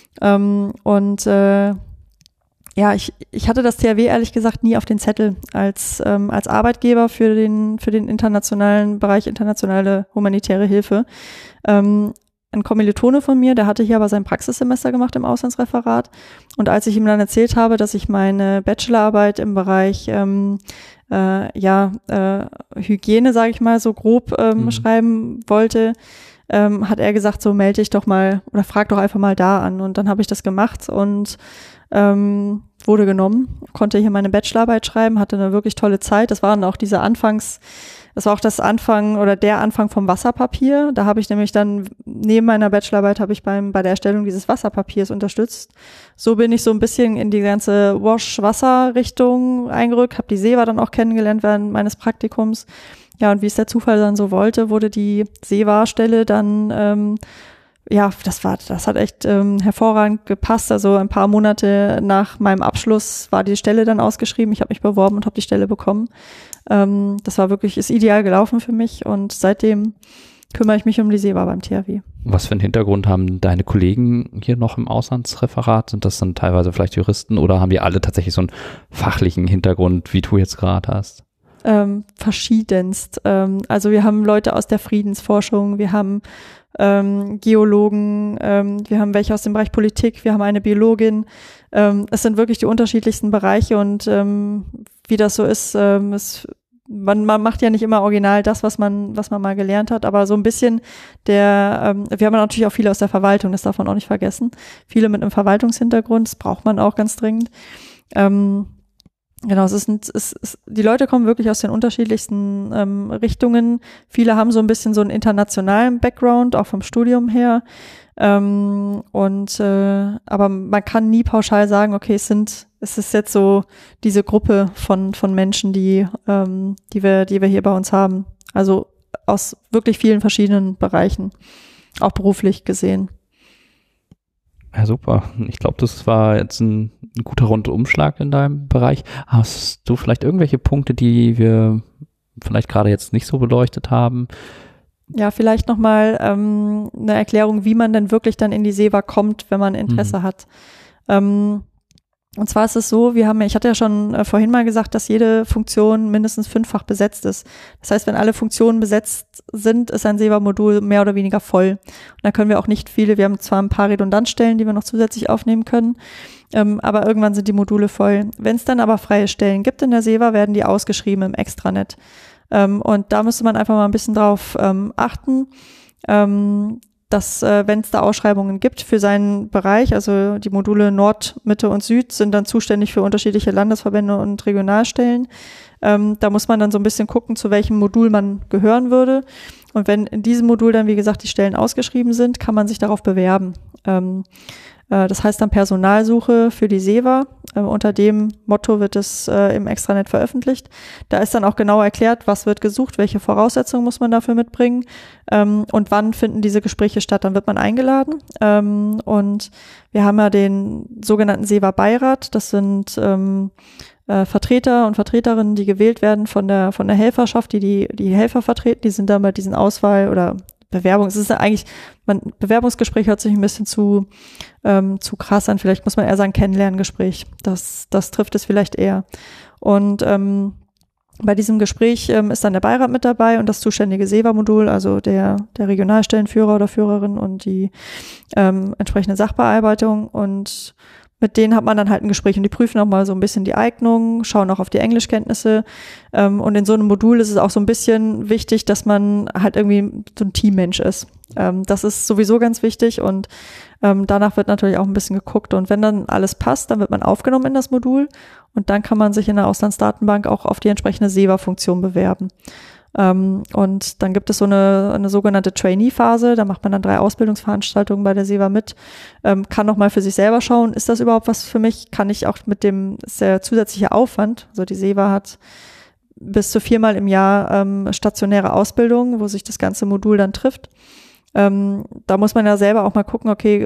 Ja, ich hatte das THW ehrlich gesagt nie auf den Zettel als Arbeitgeber für den internationalen Bereich, internationale humanitäre Hilfe. Ein Kommilitone von mir, der hatte hier aber sein Praxissemester gemacht im Auslandsreferat. Und als ich ihm dann erzählt habe, dass ich meine Bachelorarbeit im Bereich Hygiene, sage ich mal, so grob schreiben wollte, hat er gesagt, so melde dich doch mal oder frag doch einfach mal da an. Und dann habe ich das gemacht und wurde genommen, konnte hier meine Bachelorarbeit schreiben, hatte eine wirklich tolle Zeit. Das waren auch der Anfang vom Wasserpapier. Da habe ich nämlich dann, neben meiner Bachelorarbeit, habe ich bei der Erstellung dieses Wasserpapiers unterstützt. So bin ich so ein bisschen in die ganze Wash-Wasser-Richtung eingerückt, habe die SEWA dann auch kennengelernt während meines Praktikums. Ja, und wie es der Zufall dann so wollte, wurde die SEWA-Stelle dann das hat echt hervorragend gepasst. Also ein paar Monate nach meinem Abschluss war die Stelle dann ausgeschrieben. Ich habe mich beworben und habe die Stelle bekommen. Das war ist ideal gelaufen für mich und seitdem kümmere ich mich um die SEWA beim THW. Was für einen Hintergrund haben deine Kollegen hier noch im Auslandsreferat? Sind das dann teilweise vielleicht Juristen oder haben die alle tatsächlich so einen fachlichen Hintergrund, wie du jetzt gerade hast? Verschiedenst. Also wir haben Leute aus der Friedensforschung, wir haben Geologen, wir haben welche aus dem Bereich Politik, wir haben eine Biologin. Es sind wirklich die unterschiedlichsten Bereiche und wie das so ist, man macht ja nicht immer original das, was man mal gelernt hat, aber so ein bisschen wir haben natürlich auch viele aus der Verwaltung, das darf man auch nicht vergessen. Viele mit einem Verwaltungshintergrund, das braucht man auch ganz dringend. Genau, die Leute kommen wirklich aus den unterschiedlichsten Richtungen. Viele haben so ein bisschen so einen internationalen Background, auch vom Studium her. Aber man kann nie pauschal sagen, okay, es ist jetzt so diese Gruppe von Menschen, die wir hier bei uns haben. Also aus wirklich vielen verschiedenen Bereichen, auch beruflich gesehen. Ja, super. Ich glaube, das war jetzt ein guter Rundumschlag in deinem Bereich. Hast du vielleicht irgendwelche Punkte, die wir vielleicht gerade jetzt nicht so beleuchtet haben? Ja, vielleicht nochmal eine Erklärung, wie man denn wirklich dann in die SEWA kommt, wenn man Interesse hat. Und zwar ist es so, ich hatte ja schon vorhin mal gesagt, dass jede Funktion mindestens 5-fach besetzt ist. Das heißt, wenn alle Funktionen besetzt sind, ist ein SEWA-Modul mehr oder weniger voll. Und da können wir auch nicht viele, wir haben zwar ein paar Redundantstellen, die wir noch zusätzlich aufnehmen können, aber irgendwann sind die Module voll. Wenn es dann aber freie Stellen gibt in der SEWA, werden die ausgeschrieben im Extranet. Und da müsste man einfach mal ein bisschen drauf achten. dass wenn es da Ausschreibungen gibt für seinen Bereich, also die Module Nord, Mitte und Süd sind dann zuständig für unterschiedliche Landesverbände und Regionalstellen. Da muss man dann so ein bisschen gucken, zu welchem Modul man gehören würde. Und wenn in diesem Modul dann, wie gesagt, die Stellen ausgeschrieben sind, kann man sich darauf bewerben. Das heißt dann Personalsuche für die SEWA. Unter dem Motto wird es im Extranet veröffentlicht. Da ist dann auch genau erklärt, was wird gesucht, welche Voraussetzungen muss man dafür mitbringen und wann finden diese Gespräche statt. Dann wird man eingeladen. Und wir haben ja den sogenannten SEWA-Beirat. Das sind Vertreter und Vertreterinnen, die gewählt werden von der Helferschaft, die Helfer vertreten. Die sind dann bei diesen Auswahl- oder es ist ja eigentlich, Bewerbungsgespräch hört sich ein bisschen zu krass an. Vielleicht muss man eher sagen Kennenlerngespräch. Das trifft es vielleicht eher. Und bei diesem Gespräch ist dann der Beirat mit dabei und das zuständige SEWA-Modul, also der Regionalstellenführer oder Führerin und die entsprechende Sachbearbeitung. Und mit denen hat man dann halt ein Gespräch und die prüfen auch mal so ein bisschen die Eignung, schauen auch auf die Englischkenntnisse. Und in so einem Modul ist es auch so ein bisschen wichtig, dass man halt irgendwie so ein Teammensch ist. Das ist sowieso ganz wichtig und danach wird natürlich auch ein bisschen geguckt. Und wenn dann alles passt, dann wird man aufgenommen in das Modul und dann kann man sich in der Auslandsdatenbank auch auf die entsprechende SEWA-Funktion bewerben. Und dann gibt es so eine sogenannte Trainee-Phase, da macht man dann 3 Ausbildungsveranstaltungen bei der SEWA mit, kann nochmal für sich selber schauen, ist das überhaupt was für mich, kann ich auch mit dem, ist der zusätzliche Aufwand, also die SEWA hat bis zu 4-mal im Jahr stationäre Ausbildung, wo sich das ganze Modul dann trifft. Da muss man ja selber auch mal gucken, okay,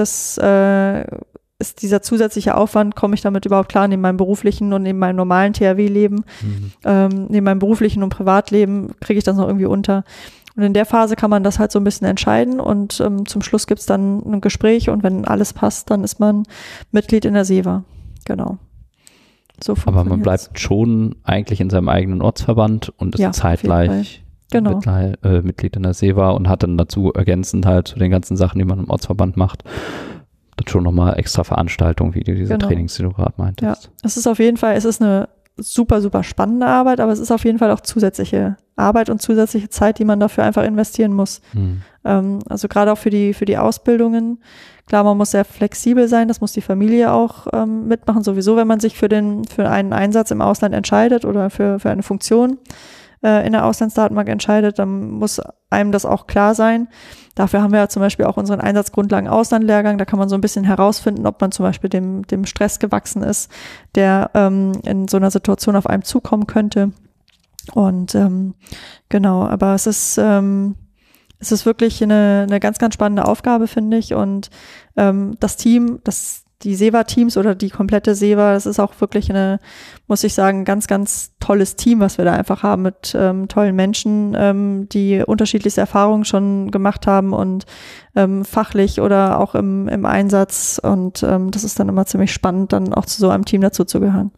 ist dieser zusätzliche Aufwand, komme ich damit überhaupt klar neben meinem beruflichen und neben meinem normalen THW-Leben, neben meinem beruflichen und Privatleben, kriege ich das noch irgendwie unter. Und in der Phase kann man das halt so ein bisschen entscheiden und zum Schluss gibt's dann ein Gespräch und wenn alles passt, dann ist man Mitglied in der SEWA. Genau. So aber man bleibt schon eigentlich in seinem eigenen Ortsverband und ist zeitgleich Mitglied in der SEWA und hat dann dazu ergänzend halt zu den ganzen Sachen, die man im Ortsverband macht, dann schon nochmal extra Veranstaltungen, wie du diese Trainings, die du gerade meintest. Ja, es ist auf jeden Fall, es ist eine super, super spannende Arbeit, aber es ist auf jeden Fall auch zusätzliche Arbeit und zusätzliche Zeit, die man dafür einfach investieren muss. Also gerade auch für die Ausbildungen. Klar, man muss sehr flexibel sein, das muss die Familie auch mitmachen. Sowieso, wenn man sich für einen Einsatz im Ausland entscheidet oder für eine Funktion in der Auslandsdatenbank entscheidet, dann muss einem das auch klar sein. Dafür haben wir ja zum Beispiel auch unseren Einsatzgrundlagen Auslandlehrgang. Da kann man so ein bisschen herausfinden, ob man zum Beispiel dem Stress gewachsen ist, der in so einer Situation auf einem zukommen könnte. Und genau, aber es ist wirklich eine ganz, ganz spannende Aufgabe, finde ich. Und das Team, die SEWA-Teams oder die komplette SEWA, das ist auch wirklich muss ich sagen, ganz, ganz tolles Team, was wir da einfach haben mit tollen Menschen, die unterschiedlichste Erfahrungen schon gemacht haben und fachlich oder auch im Einsatz. Und das ist dann immer ziemlich spannend, dann auch zu so einem Team dazu zu gehören.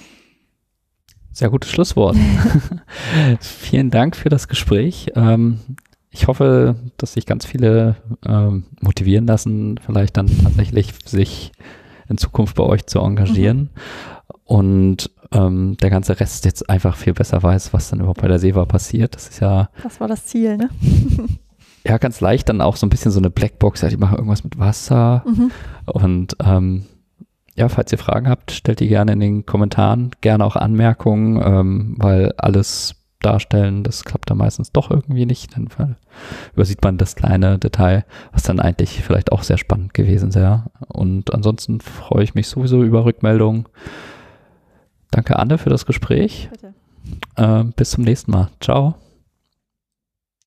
Sehr gutes Schlusswort. Vielen Dank für das Gespräch. Ich hoffe, dass sich ganz viele motivieren lassen, vielleicht dann tatsächlich sich in Zukunft bei euch zu engagieren und der ganze Rest jetzt einfach viel besser weiß, was dann überhaupt bei der SEWA passiert. Das war das Ziel, ne? Ja, ganz leicht dann auch so ein bisschen so eine Blackbox, ja, die machen irgendwas mit Wasser und ja, falls ihr Fragen habt, stellt die gerne in den Kommentaren, gerne auch Anmerkungen, weil alles darstellen, das klappt dann meistens doch irgendwie nicht, dann übersieht man das kleine Detail, was dann eigentlich vielleicht auch sehr spannend gewesen wäre. Und ansonsten freue ich mich sowieso über Rückmeldungen. Danke, Anne, für das Gespräch. Bitte. Bis zum nächsten Mal. Ciao.